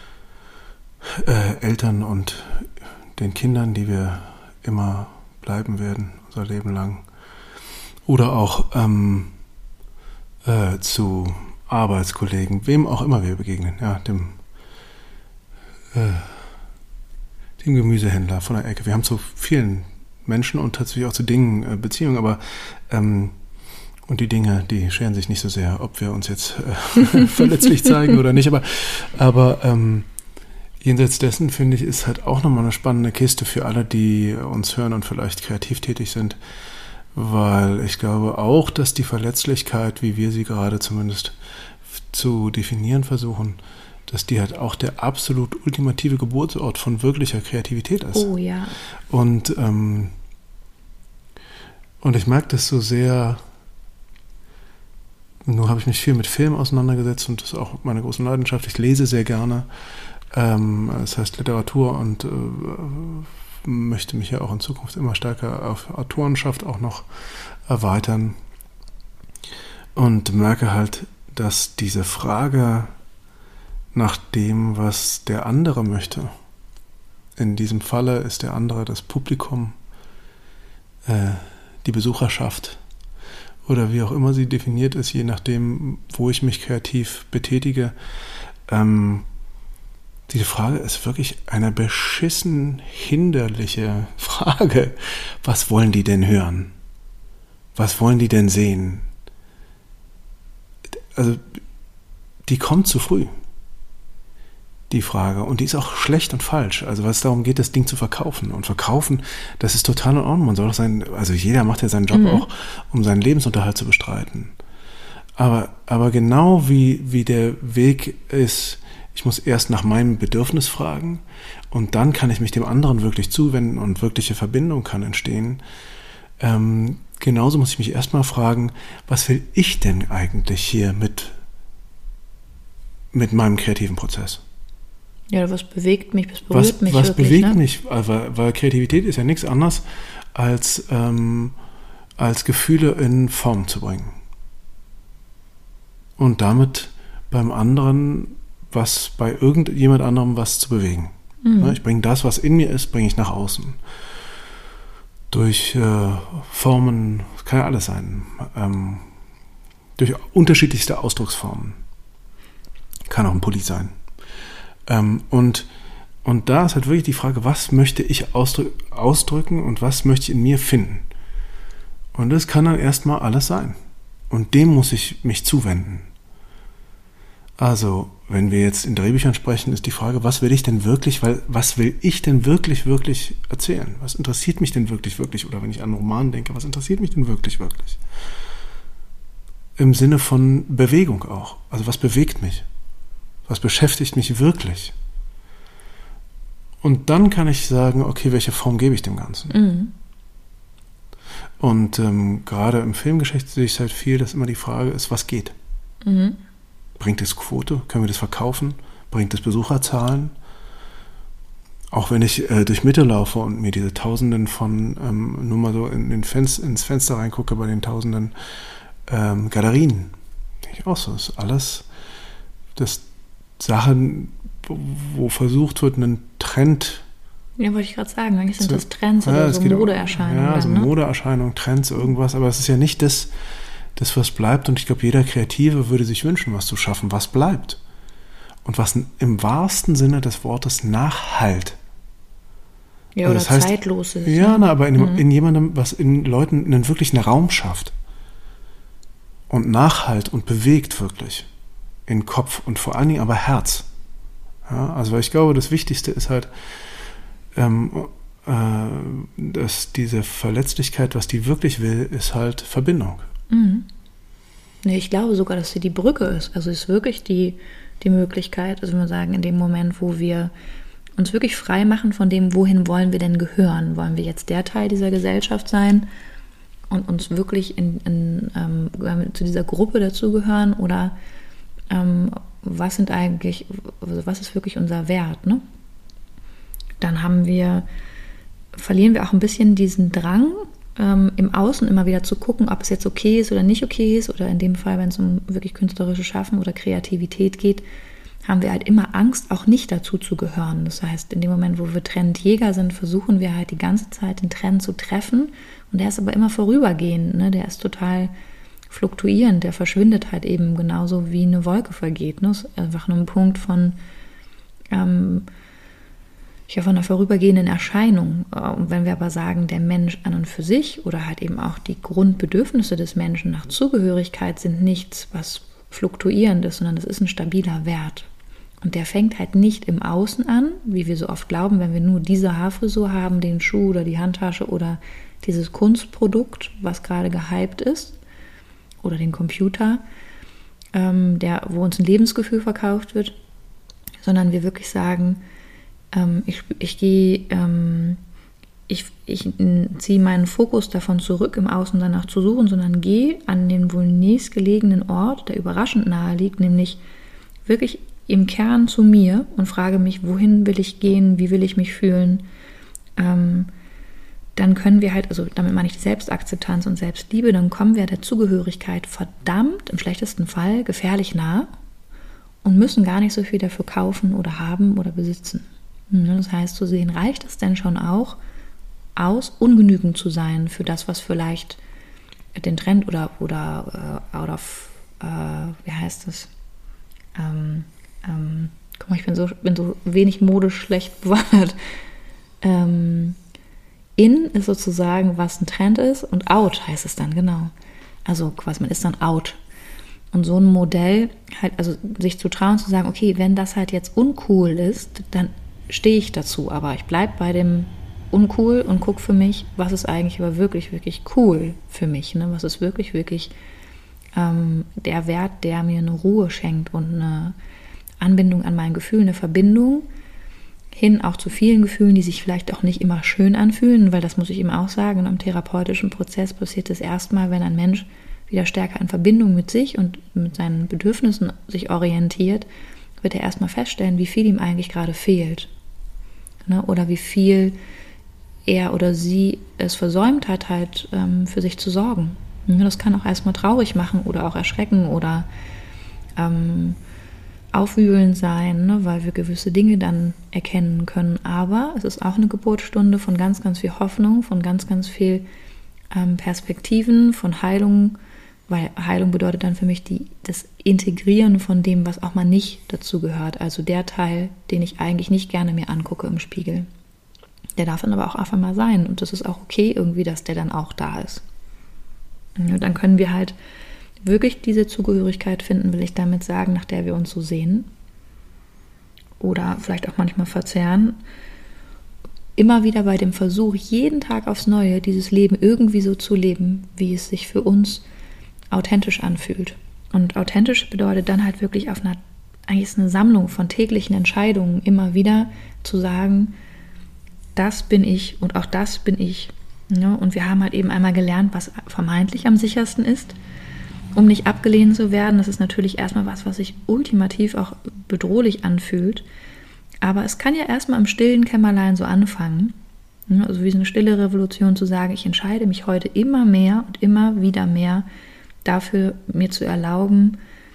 Eltern und den Kindern, die wir immer bleiben werden, unser Leben lang. Oder auch zu Arbeitskollegen, wem auch immer wir begegnen, ja, dem Gemüsehändler von der Ecke. Wir haben zu vielen Menschen und tatsächlich auch zu Dingen Beziehungen, aber und die Dinge, die scheren sich nicht so sehr, ob wir uns jetzt verletzlich zeigen oder nicht, aber Jenseits dessen, finde ich, ist halt auch nochmal eine spannende Kiste für alle, die uns hören und vielleicht kreativ tätig sind, weil ich glaube auch, dass die Verletzlichkeit, wie wir sie gerade zumindest zu definieren versuchen, dass die halt auch der absolut ultimative Geburtsort von wirklicher Kreativität ist. Oh ja. Und ich merke das so sehr, nur habe ich mich viel mit Film auseinandergesetzt und das ist auch meine große Leidenschaft. Ich lese sehr gerne. Das heißt Literatur und möchte mich ja auch in Zukunft immer stärker auf Autorenschaft auch noch erweitern und merke halt, dass diese Frage nach dem, was der andere möchte, in diesem Falle ist der andere das Publikum, die Besucherschaft oder wie auch immer sie definiert ist, je nachdem, wo ich mich kreativ betätige, diese Frage ist wirklich eine beschissen hinderliche Frage. Was wollen die denn hören? Was wollen die denn sehen? Also, die kommt zu früh, die Frage. Und die ist auch schlecht und falsch. Also, was es darum geht, das Ding zu verkaufen. Und verkaufen, das ist total in Ordnung. Man soll doch also jeder macht ja seinen Job auch, um seinen Lebensunterhalt zu bestreiten. Aber genau wie der Weg ist, ich muss erst nach meinem Bedürfnis fragen und dann kann ich mich dem anderen wirklich zuwenden und wirkliche Verbindung kann entstehen. Genauso muss ich mich erstmal fragen, was will ich denn eigentlich hier mit meinem kreativen Prozess? Ja, was bewegt mich, was berührt mich was wirklich, bewegt ne? mich? Weil Kreativität ist ja nichts anderes, als Gefühle in Form zu bringen. Und damit beim anderen bei irgendjemand anderem was zu bewegen. Ich bringe das, was in mir ist, bringe ich nach außen. Durch Formen, das kann ja alles sein, durch unterschiedlichste Ausdrucksformen. Kann auch ein Pulli sein. Und da ist halt wirklich die Frage, was möchte ich ausdrücken und was möchte ich in mir finden? Und das kann dann erstmal alles sein. Und dem muss ich mich zuwenden. Also, wenn wir jetzt in Drehbüchern sprechen, ist die Frage, was will ich denn wirklich erzählen? Was interessiert mich denn wirklich? Oder wenn ich an einen Roman denke, was interessiert mich denn wirklich? Im Sinne von Bewegung auch. Also, was bewegt mich? Was beschäftigt mich wirklich? Und dann kann ich sagen, okay, welche Form gebe ich dem Ganzen? Und gerade im Filmgeschäft sehe ich halt viel, dass immer die Frage ist, was geht? Bringt es Quote? Können wir das verkaufen? Bringt es Besucherzahlen? Auch wenn ich durch Mitte laufe und mir diese Tausenden von, nur mal so ins Fenster reingucke bei den Tausenden Galerien, denke ich auch so, das ist alles das Sachen, wo versucht wird, einen Trend. Ja, wollte ich gerade sagen, eigentlich sind das Trends oder so Modeerscheinungen. Ja, so Modeerscheinungen, Trends, irgendwas, aber es ist ja nicht das, was bleibt. Und ich glaube, jeder Kreative würde sich wünschen, was zu schaffen, was bleibt. Und was im wahrsten Sinne des Wortes nachhalt. Ja, oder das heißt, zeitlos ist. Ja, aber in jemandem, was in Leuten einen wirklichen Raum schafft. Und nachhalt und bewegt wirklich. In Kopf und vor allen Dingen aber Herz. Ja, also weil ich glaube, das Wichtigste ist halt, dass diese Verletzlichkeit, was die wirklich will, ist halt Verbindung. Nee, ich glaube sogar, dass sie die Brücke ist. Also es ist wirklich die Möglichkeit, also wenn wir sagen, in dem Moment, wo wir uns wirklich frei machen von dem, wohin wollen wir denn gehören? Wollen wir jetzt der Teil dieser Gesellschaft sein und uns wirklich zu dieser Gruppe dazugehören? Oder was ist wirklich unser Wert? Ne? Dann verlieren wir auch ein bisschen diesen Drang, im Außen immer wieder zu gucken, ob es jetzt okay ist oder nicht okay ist, oder in dem Fall, wenn es um wirklich künstlerisches Schaffen oder Kreativität geht, haben wir halt immer Angst, auch nicht dazu zu gehören. Das heißt, in dem Moment, wo wir Trendjäger sind, versuchen wir halt die ganze Zeit den Trend zu treffen, und der ist aber immer vorübergehend, ne? Der ist total fluktuierend, der verschwindet halt eben genauso wie eine Wolke vergeht. Ne? Das ist einfach nur ein Punkt von einer vorübergehenden Erscheinung. Und wenn wir aber sagen, der Mensch an und für sich oder halt eben auch die Grundbedürfnisse des Menschen nach Zugehörigkeit sind nichts, was fluktuierend ist, sondern das ist ein stabiler Wert. Und der fängt halt nicht im Außen an, wie wir so oft glauben, wenn wir nur diese Haarfrisur haben, den Schuh oder die Handtasche oder dieses Kunstprodukt, was gerade gehypt ist, oder den Computer, wo uns ein Lebensgefühl verkauft wird, sondern wir wirklich sagen, ich ziehe meinen Fokus davon zurück, im Außen danach zu suchen, sondern gehe an den wohl nächstgelegenen Ort, der überraschend nahe liegt, nämlich wirklich im Kern zu mir und frage mich, wohin will ich gehen, wie will ich mich fühlen, dann können wir halt, also damit meine ich die Selbstakzeptanz und Selbstliebe, dann kommen wir der Zugehörigkeit verdammt, im schlechtesten Fall, gefährlich nah und müssen gar nicht so viel dafür kaufen oder haben oder besitzen. Das heißt, zu sehen, reicht es denn schon auch aus, ungenügend zu sein für das, was vielleicht den Trend oder out of, wie heißt es? Guck mal, ich bin so wenig modisch schlecht bewandert. In ist sozusagen, was ein Trend ist, und out heißt es dann, genau. Also quasi, man ist dann out. Und so ein Modell, halt, also sich zu trauen, zu sagen, okay, wenn das halt jetzt uncool ist, dann stehe ich dazu, aber ich bleibe bei dem uncool und gucke für mich, was ist eigentlich aber wirklich, wirklich cool für mich, ne? Was ist wirklich, wirklich der Wert, der mir eine Ruhe schenkt und eine Anbindung an mein Gefühl, eine Verbindung hin auch zu vielen Gefühlen, die sich vielleicht auch nicht immer schön anfühlen, weil das muss ich immer auch sagen, im therapeutischen Prozess passiert es erstmal, wenn ein Mensch wieder stärker in Verbindung mit sich und mit seinen Bedürfnissen sich orientiert, wird er erstmal feststellen, wie viel ihm eigentlich gerade fehlt, ne? Oder wie viel er oder sie es versäumt hat, halt für sich zu sorgen. Das kann auch erstmal traurig machen oder auch erschrecken oder aufwühlend sein, ne, weil wir gewisse Dinge dann erkennen können. Aber es ist auch eine Geburtsstunde von ganz, ganz viel Hoffnung, von ganz, ganz viel Perspektiven, von Heilung, weil Heilung bedeutet dann für mich das Integrieren von dem, was auch mal nicht dazu gehört. Also der Teil, den ich eigentlich nicht gerne mir angucke im Spiegel. Der darf dann aber auch einfach mal sein. Und das ist auch okay irgendwie, dass der dann auch da ist. Und dann können wir halt wirklich diese Zugehörigkeit finden, will ich damit sagen, nach der wir uns so sehen oder vielleicht auch manchmal verzerren, immer wieder bei dem Versuch, jeden Tag aufs Neue dieses Leben irgendwie so zu leben, wie es sich für uns authentisch anfühlt. Und authentisch bedeutet dann halt wirklich eigentlich ist eine Sammlung von täglichen Entscheidungen, immer wieder zu sagen, das bin ich und auch das bin ich. Ja, und wir haben halt eben einmal gelernt, was vermeintlich am sichersten ist, um nicht abgelehnt zu werden. Das ist natürlich erstmal was sich ultimativ auch bedrohlich anfühlt. Aber es kann ja erstmal im stillen Kämmerlein so anfangen. Also wie so eine stille Revolution zu sagen, ich entscheide mich heute immer mehr und immer wieder mehr dafür, mir zu erlauben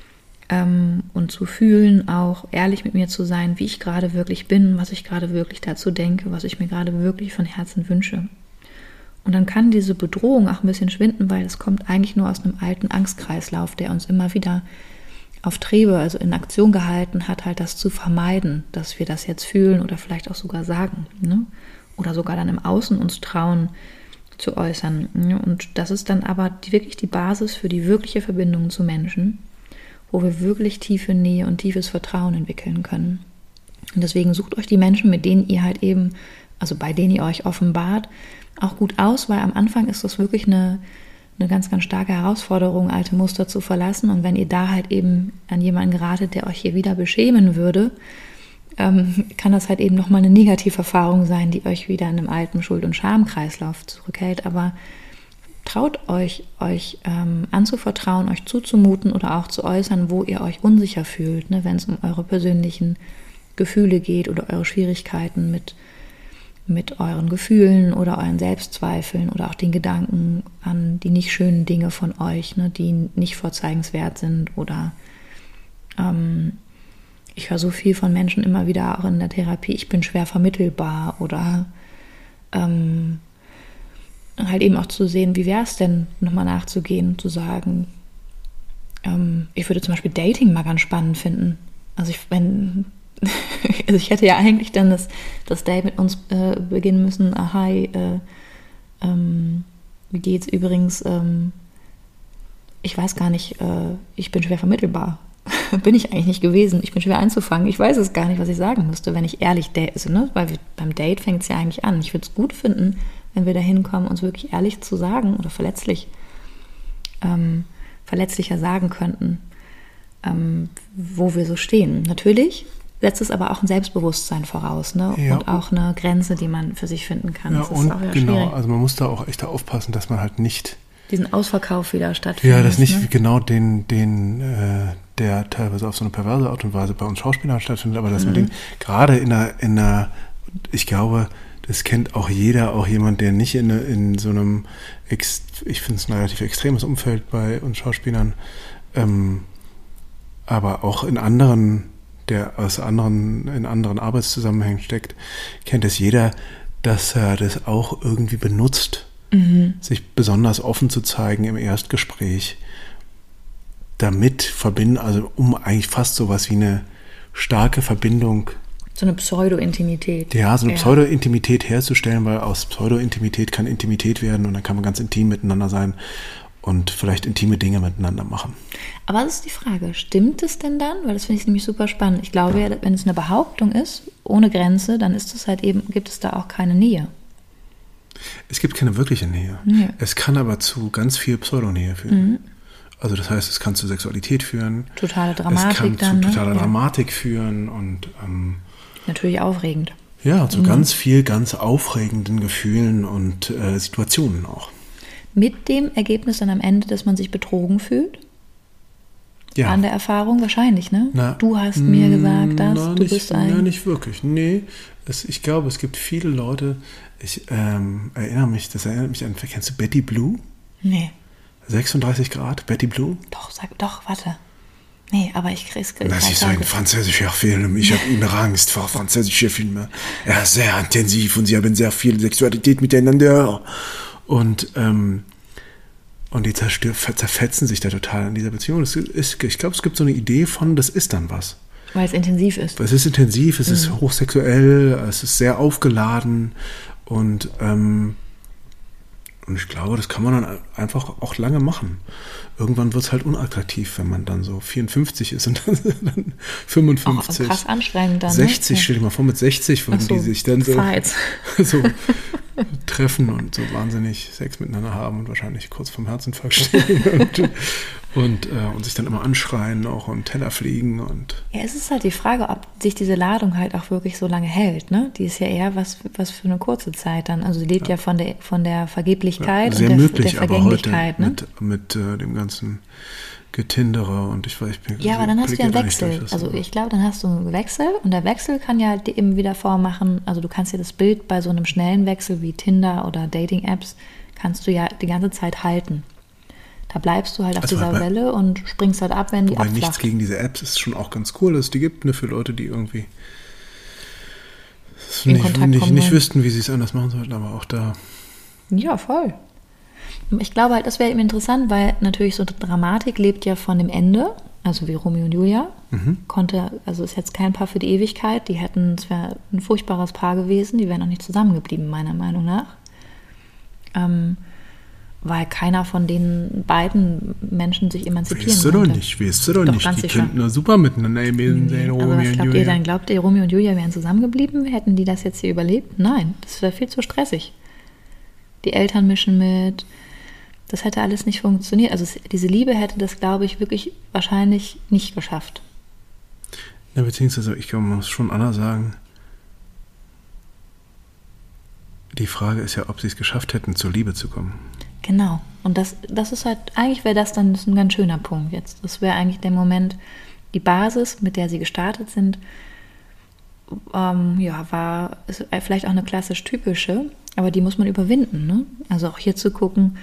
und zu fühlen, auch ehrlich mit mir zu sein, wie ich gerade wirklich bin, was ich gerade wirklich dazu denke, was ich mir gerade wirklich von Herzen wünsche. Und dann kann diese Bedrohung auch ein bisschen schwinden, weil es kommt eigentlich nur aus einem alten Angstkreislauf, der uns immer wieder auf Trebe, also in Aktion gehalten hat, halt das zu vermeiden, dass wir das jetzt fühlen oder vielleicht auch sogar sagen, ne? Oder sogar dann im Außen uns trauen zu äußern. Ne? Und das ist dann aber wirklich die Basis für die wirkliche Verbindung zu Menschen, wo wir wirklich tiefe Nähe und tiefes Vertrauen entwickeln können. Und deswegen sucht euch die Menschen, mit denen ihr halt eben, also bei denen ihr euch offenbart, auch gut aus, weil am Anfang ist das wirklich eine ganz, ganz starke Herausforderung, alte Muster zu verlassen. Und wenn ihr da halt eben an jemanden geratet, der euch hier wieder beschämen würde, kann das halt eben nochmal eine Negativerfahrung sein, die euch wieder in einem alten Schuld- und Schamkreislauf zurückhält. Aber traut euch anzuvertrauen, euch zuzumuten oder auch zu äußern, wo ihr euch unsicher fühlt, ne, wenn es um eure persönlichen Gefühle geht oder eure Schwierigkeiten mit euren Gefühlen oder euren Selbstzweifeln oder auch den Gedanken an die nicht schönen Dinge von euch, ne, die nicht vorzeigenswert sind oder ich höre so viel von Menschen immer wieder auch in der Therapie, ich bin schwer vermittelbar oder halt eben auch zu sehen, wie wäre es denn, nochmal nachzugehen, zu sagen, ich würde zum Beispiel Dating mal ganz spannend finden. Also ich hätte ja eigentlich dann das Date mit uns beginnen müssen. Hi, wie geht's übrigens? Ich weiß gar nicht, ich bin schwer vermittelbar. bin ich eigentlich nicht gewesen. Ich bin schwer einzufangen. Ich weiß es gar nicht, was ich sagen müsste, wenn ich ehrlich date. Also, ne? Weil beim Date fängt es ja eigentlich an. Ich würde es gut finden, wenn wir da hinkommen, uns wirklich ehrlich zu sagen oder verletzlicher sagen könnten, wo wir so stehen. Natürlich setzt es aber auch ein Selbstbewusstsein voraus, ne? Ja. Und auch eine Grenze, die man für sich finden kann. Ja, Das ist und auch ja genau, schwierig. also man muss da auch echt aufpassen, dass man halt nicht Diesen Ausverkauf wieder stattfindet. ja, das nicht ne? genau der teilweise auf so eine perverse Art und Weise bei uns Schauspielern stattfindet, aber dass man den gerade in einer, ich glaube, das kennt auch jeder, auch jemand, der nicht in so einem, ich finde es ein relativ extremes Umfeld bei uns Schauspielern, aber auch in anderen Arbeitszusammenhängen steckt, kennt es jeder, dass er das auch irgendwie benutzt, sich besonders offen zu zeigen im Erstgespräch, damit um eigentlich fast sowas wie eine starke Verbindung, So eine Pseudo-Intimität. ja, so eine Pseudo-Intimität herzustellen, weil aus Pseudo-Intimität kann Intimität werden und dann kann man ganz intim miteinander sein und vielleicht intime Dinge miteinander machen. Aber das ist die Frage, stimmt es denn dann? Weil das finde ich nämlich super spannend. Ich glaube ja, wenn es eine Behauptung ist, ohne Grenze, dann ist es halt eben, gibt es da auch keine Nähe. Es gibt keine wirkliche Nähe. Ja. Es kann aber zu ganz viel Pseudonähe führen. Also das heißt, es kann zu Sexualität führen. Totale Dramatik es kann dann. zu totaler Ja. Dramatik führen und Natürlich aufregend. ja, zu ganz viel, ganz aufregenden Gefühlen und Situationen auch. Mit dem Ergebnis dann am Ende, dass man sich betrogen fühlt? Ja. An der Erfahrung wahrscheinlich, ne? Na, Du hast mir gesagt, dass na, du nicht, bist ein... Ja, nicht wirklich. Nee, ich glaube, es gibt viele Leute, das erinnert mich an, kennst du Betty Blue? Nee, 36 Grad, Betty Blue? doch, warte. Nee, aber ich krieg's Das ist ein französischer Film. Ich habe immer Angst vor französischen Filmen. Er ist sehr intensiv und sie haben sehr viel Sexualität miteinander. Und die zerfetzen sich da total in dieser Beziehung. Ich glaube, es gibt so eine Idee von, das ist dann was. Weil es intensiv ist. Es ist intensiv, es ist hochsexuell, es ist sehr aufgeladen und ich glaube, das kann man dann einfach auch lange machen. Irgendwann wird es halt unattraktiv, wenn man dann so 54 ist und dann 55. Auch krass anstrengend dann. 60, ne? stell dir mal vor, mit 60 würden die sich dann so treffen und so wahnsinnig Sex miteinander haben und wahrscheinlich kurz vorm Herzinfarkt stehen und sich dann immer anschreien auch und Teller fliegen und Ja, es ist halt die Frage, ob sich diese Ladung halt auch wirklich so lange hält, ne? Die ist ja eher was für eine kurze Zeit dann. Also sie lebt ja von der Vergeblichkeit sehr und möglich, der aber heute Vergänglichkeit, ne? mit dem ganzen Getindere und ich weiß nicht. Ja, aber dann hast du ja einen Wechsel. Also ich glaube, dann hast du einen Wechsel und der Wechsel kann ja halt eben wieder vormachen, also du kannst ja das Bild bei so einem schnellen Wechsel wie Tinder oder Dating-Apps, kannst du ja die ganze Zeit halten. Da bleibst du halt auf dieser Welle und springst halt ab, wenn die abflacht. Nichts gegen diese Apps ist schon auch ganz cool, dass es die gibt, ne, für Leute, die irgendwie nicht wüssten, wie sie es anders machen sollten, aber auch da. Ja, voll. Ich glaube halt, das wäre eben interessant, weil natürlich so Dramatik lebt ja von dem Ende, also wie Romeo und Julia. Also ist jetzt kein Paar für die Ewigkeit, es wäre ein furchtbares Paar gewesen, die wären auch nicht zusammengeblieben, meiner Meinung nach. Weil keiner von den beiden Menschen sich emanzipieren Weißt du konnte. doch nicht. Die könnten nur super miteinander gewesen sein, Also Romeo was und glaubt Julia. ihr dann? Glaubt ihr, Romeo und Julia wären zusammengeblieben? Hätten die das jetzt hier überlebt? Nein, das wäre viel zu stressig. Die Eltern mischen mit. Das hätte alles nicht funktioniert. Also diese Liebe hätte das, glaube ich, wirklich wahrscheinlich nicht geschafft. Ja, beziehungsweise, ich glaube, man muss schon anders sagen. Die Frage ist ja, ob sie es geschafft hätten, zur Liebe zu kommen. Genau. Und das ist halt, eigentlich wäre das dann ein ganz schöner Punkt jetzt. Das wäre eigentlich der Moment, die Basis, mit der sie gestartet sind, ist vielleicht auch eine klassisch typische, aber die muss man überwinden, ne? Also auch hier zu gucken,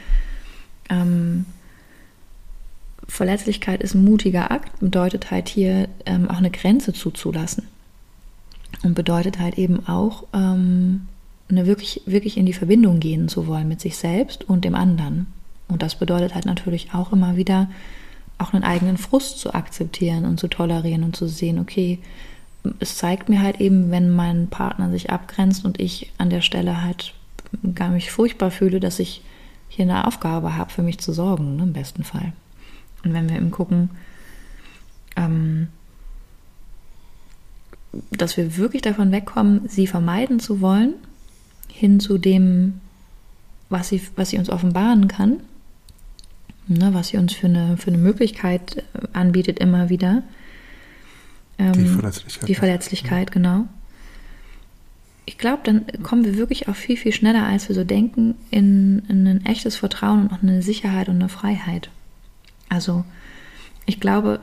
Verletzlichkeit ist ein mutiger Akt, bedeutet halt hier auch eine Grenze zuzulassen. Und bedeutet halt eben auch, wirklich in die Verbindung gehen zu wollen mit sich selbst und dem anderen. Und das bedeutet halt natürlich auch immer wieder, auch einen eigenen Frust zu akzeptieren und zu tolerieren und zu sehen, okay, es zeigt mir halt eben, wenn mein Partner sich abgrenzt und ich an der Stelle halt gar mich furchtbar fühle, dass ich hier eine Aufgabe habe, für mich zu sorgen, ne, im besten Fall. Und wenn wir eben gucken, dass wir wirklich davon wegkommen, sie vermeiden zu wollen, hin zu dem, was sie uns offenbaren kann, ne, was sie uns für eine Möglichkeit anbietet immer wieder. Die Verletzlichkeit. Die Verletzlichkeit, genau. Ich glaube, dann kommen wir wirklich auch viel, viel schneller, als wir so denken, in ein echtes Vertrauen und auch eine Sicherheit und eine Freiheit. Also, ich glaube,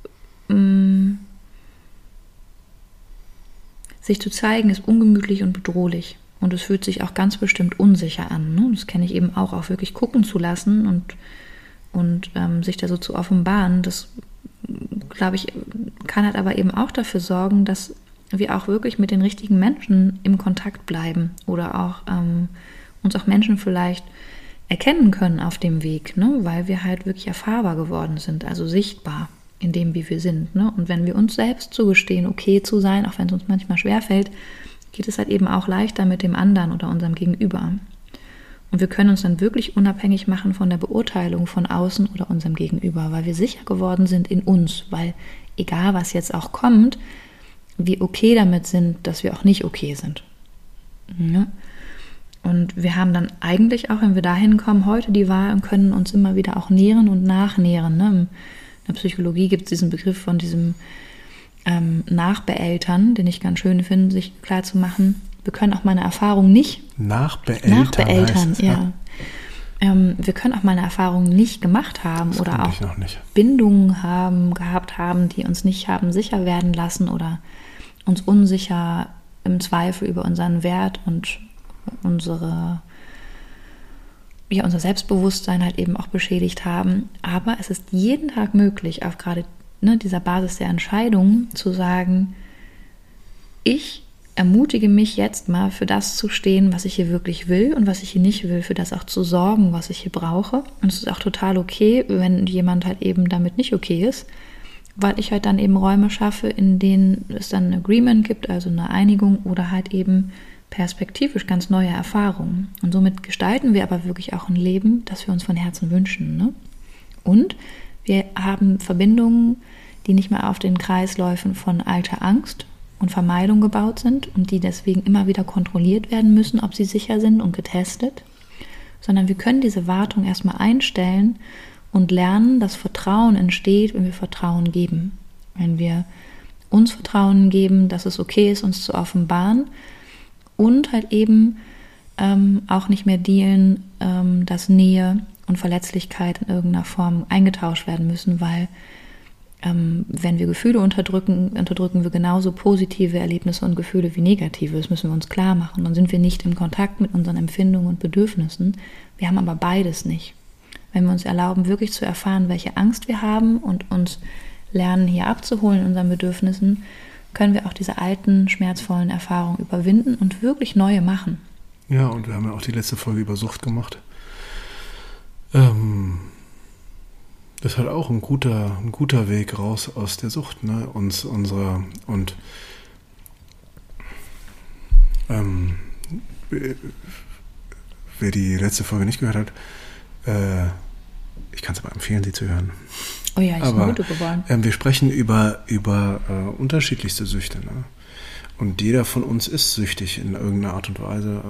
sich zu zeigen ist ungemütlich und bedrohlich. Und es fühlt sich auch ganz bestimmt unsicher an. Ne? Das kenne ich eben auch wirklich gucken zu lassen und sich da so zu offenbaren. Das, glaube ich, kann halt aber eben auch dafür sorgen, dass wir auch wirklich mit den richtigen Menschen im Kontakt bleiben oder auch uns auch Menschen vielleicht erkennen können auf dem Weg, ne? Weil wir halt wirklich erfahrbar geworden sind, also sichtbar in dem, wie wir sind. Ne? Und wenn wir uns selbst zugestehen, okay zu sein, auch wenn es uns manchmal schwerfällt, geht es halt eben auch leichter mit dem anderen oder unserem Gegenüber. Und wir können uns dann wirklich unabhängig machen von der Beurteilung von außen oder unserem Gegenüber, weil wir sicher geworden sind in uns, weil egal was jetzt auch kommt, wir okay damit sind, dass wir auch nicht okay sind. Ja? Und wir haben dann eigentlich auch, wenn wir dahin kommen, heute die Wahl und können uns immer wieder auch nähren und nachnähren. Ne? In der Psychologie gibt es diesen Begriff von diesem Nachbeeltern, den ich ganz schön finde, sich klar zu machen. Wir können auch meine Erfahrung nicht nachbeeltern, ja. Wir können auch meine Erfahrung nicht gemacht haben das oder auch nicht. Bindungen gehabt haben, die uns nicht haben sicher werden lassen oder uns unsicher im Zweifel über unseren Wert und unser Selbstbewusstsein halt eben auch beschädigt haben. Aber es ist jeden Tag möglich, auf gerade dieser Basis der Entscheidung zu sagen, ich ermutige mich jetzt mal für das zu stehen, was ich hier wirklich will und was ich hier nicht will, für das auch zu sorgen, was ich hier brauche. Und es ist auch total okay, wenn jemand halt eben damit nicht okay ist, weil ich halt dann eben Räume schaffe, in denen es dann ein Agreement gibt, also eine Einigung oder halt eben perspektivisch ganz neue Erfahrungen. Und somit gestalten wir aber wirklich auch ein Leben, das wir uns von Herzen wünschen. Ne? Und wir haben Verbindungen, die nicht mehr auf den Kreisläufen von alter Angst und Vermeidung gebaut sind und die deswegen immer wieder kontrolliert werden müssen, ob sie sicher sind und getestet, sondern wir können diese Wartung erstmal einstellen und lernen, dass Vertrauen entsteht, wenn wir Vertrauen geben. Wenn wir uns Vertrauen geben, dass es okay ist, uns zu offenbaren und halt eben auch nicht mehr dealen, dass Nähe und Verletzlichkeit in irgendeiner Form eingetauscht werden müssen, weil wenn wir Gefühle unterdrücken wir genauso positive Erlebnisse und Gefühle wie negative. Das müssen wir uns klar machen. Dann sind wir nicht im Kontakt mit unseren Empfindungen und Bedürfnissen. Wir haben aber beides nicht. Wenn wir uns erlauben, wirklich zu erfahren, welche Angst wir haben und uns lernen, hier abzuholen in unseren Bedürfnissen, können wir auch diese alten, schmerzvollen Erfahrungen überwinden und wirklich neue machen. Ja, und wir haben ja auch die letzte Folge über Sucht gemacht. Das ist halt auch ein guter Weg raus aus der Sucht, ne? Wer die letzte Folge nicht gehört hat, ich kann es aber empfehlen, sie zu hören. Oh ja, ist eine gute geworden. Wir sprechen über unterschiedlichste Süchte, ne? Und jeder von uns ist süchtig in irgendeiner Art und Weise.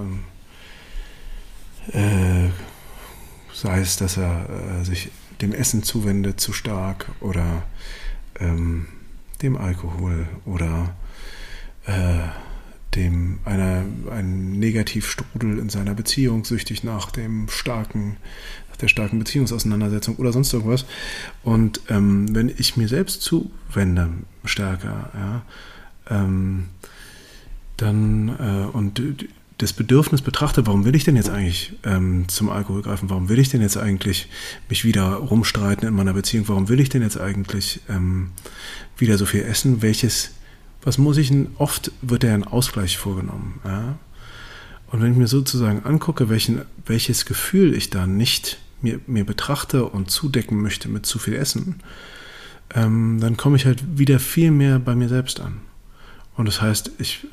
Sei es, dass er sich dem Essen zuwendet zu stark oder dem Alkohol oder ein Negativstrudel in seiner Beziehung, süchtig nach der starken Beziehungsauseinandersetzung oder sonst irgendwas. Und wenn ich mir selbst zuwende stärker, ja, dann und das Bedürfnis betrachte, warum will ich denn jetzt eigentlich zum Alkohol greifen? Warum will ich denn jetzt eigentlich mich wieder rumstreiten in meiner Beziehung? Warum will ich denn jetzt eigentlich wieder so viel essen? Was muss ich denn? Oft wird ja ein Ausgleich vorgenommen. Ja? Und wenn ich mir sozusagen angucke, welches Gefühl ich da nicht mir betrachte und zudecken möchte mit zu viel Essen, dann komme ich halt wieder viel mehr bei mir selbst an. Und das heißt,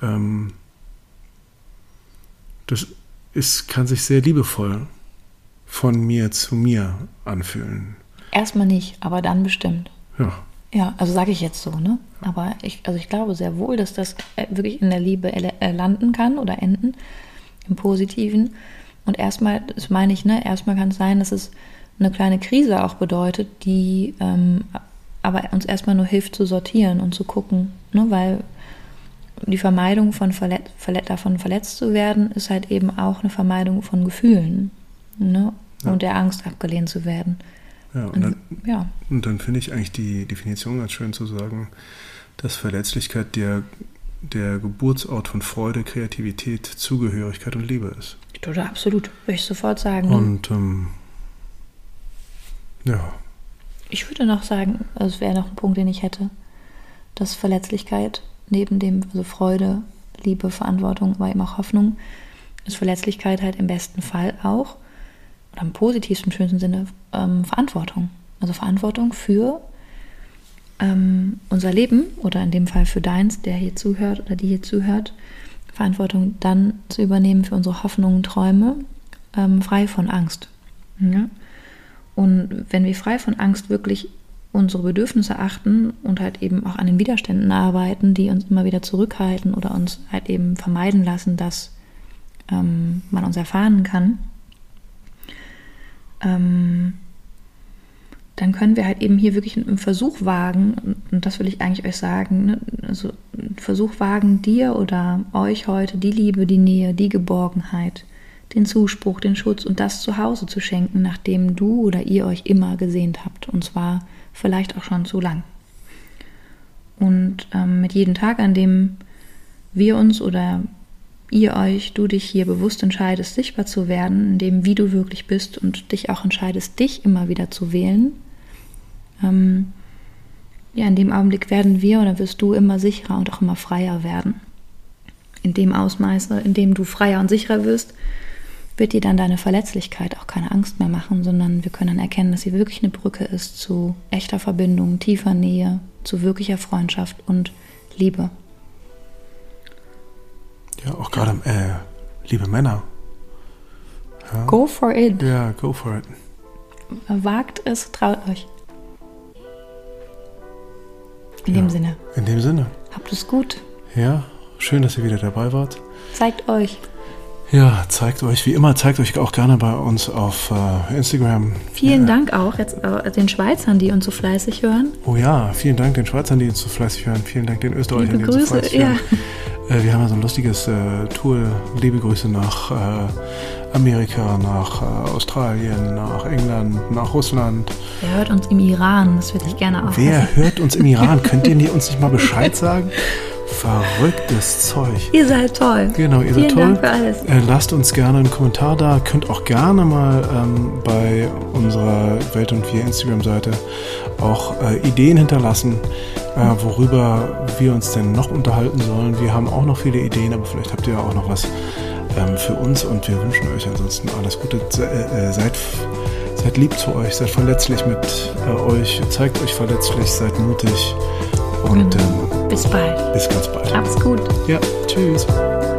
kann sich sehr liebevoll von mir zu mir anfühlen. Erstmal nicht, aber dann bestimmt. Ja. Ja, also sage ich jetzt so, ne? Aber ich glaube sehr wohl, dass das wirklich in der Liebe landen kann oder enden, im Positiven. Und erstmal, das meine ich, ne, erstmal kann es sein, dass es eine kleine Krise auch bedeutet, die aber uns erstmal nur hilft zu sortieren und zu gucken, ne? Weil die Vermeidung von davon verletzt zu werden, ist halt eben auch eine Vermeidung von Gefühlen, ne? Ja. Und der Angst, abgelehnt zu werden. Ja, und dann finde ich eigentlich die Definition ganz schön zu sagen, dass Verletzlichkeit der Geburtsort von Freude, Kreativität, Zugehörigkeit und Liebe ist. Oder absolut, würde ich sofort sagen. Und ja. Ich würde noch sagen, also es wäre noch ein Punkt, den ich hätte, dass Verletzlichkeit neben dem, also Freude, Liebe, Verantwortung, aber eben auch Hoffnung, ist Verletzlichkeit halt im besten Fall auch, oder im positivsten, schönsten Sinne, Verantwortung. Also Verantwortung für unser Leben oder in dem Fall für deins, der hier zuhört oder die hier zuhört, Verantwortung dann zu übernehmen für unsere Hoffnungen, Träume, frei von Angst. Ja? Und wenn wir frei von Angst wirklich unsere Bedürfnisse achten und halt eben auch an den Widerständen arbeiten, die uns immer wieder zurückhalten oder uns halt eben vermeiden lassen, dass man uns erfahren kann, dann können wir halt eben hier wirklich einen Versuch wagen, und das will ich eigentlich euch sagen, ne? Also einen Versuch wagen, dir oder euch heute die Liebe, die Nähe, die Geborgenheit, den Zuspruch, den Schutz und das Zuhause zu schenken, nach dem du oder ihr euch immer gesehnt habt, und zwar vielleicht auch schon zu lang. Und mit jedem Tag, an dem wir uns oder ihr euch, du dich hier bewusst entscheidest, sichtbar zu werden, in dem, wie du wirklich bist und dich auch entscheidest, dich immer wieder zu wählen, in dem Augenblick werden wir oder wirst du immer sicherer und auch immer freier werden. In dem Ausmaße, in dem du freier und sicherer wirst, wird dir dann deine Verletzlichkeit auch keine Angst mehr machen, sondern wir können dann erkennen, dass sie wirklich eine Brücke ist zu echter Verbindung, tiefer Nähe, zu wirklicher Freundschaft und Liebe. Ja, auch gerade, liebe Männer. Ja. Go for it. Ja, go for it. Wagt es, traut euch. In dem Sinne. In dem Sinne. Habt es gut. Ja, schön, dass ihr wieder dabei wart. Zeigt euch. Ja, zeigt euch, wie immer, zeigt euch auch gerne bei uns auf Instagram. Vielen Dank auch jetzt den Schweizern, die uns so fleißig hören. Oh ja, vielen Dank den Schweizern, die uns so fleißig hören. Vielen Dank den Österreichern, die uns so fleißig hören. Wir haben ja so ein lustiges Tool. Liebe Grüße nach Amerika, nach Australien, nach England, nach Russland. Wer hört uns im Iran? Das würde ich gerne auch wissen. Wer hört uns im Iran? Könnt ihr uns nicht mal Bescheid sagen? Verrücktes Zeug. Ihr seid toll. Genau, ihr seid toll. Vielen Dank für alles. Lasst uns gerne einen Kommentar da. Könnt auch gerne mal bei unserer Welt und Wir Instagram-Seite auch Ideen hinterlassen, worüber wir uns denn noch unterhalten sollen. Wir haben auch noch viele Ideen, aber vielleicht habt ihr ja auch noch was für uns und wir wünschen euch ansonsten alles Gute. Seid lieb zu euch, seid verletzlich mit euch, zeigt euch verletzlich, seid mutig und bis bald. Bis ganz bald. Macht's gut. Ja, tschüss.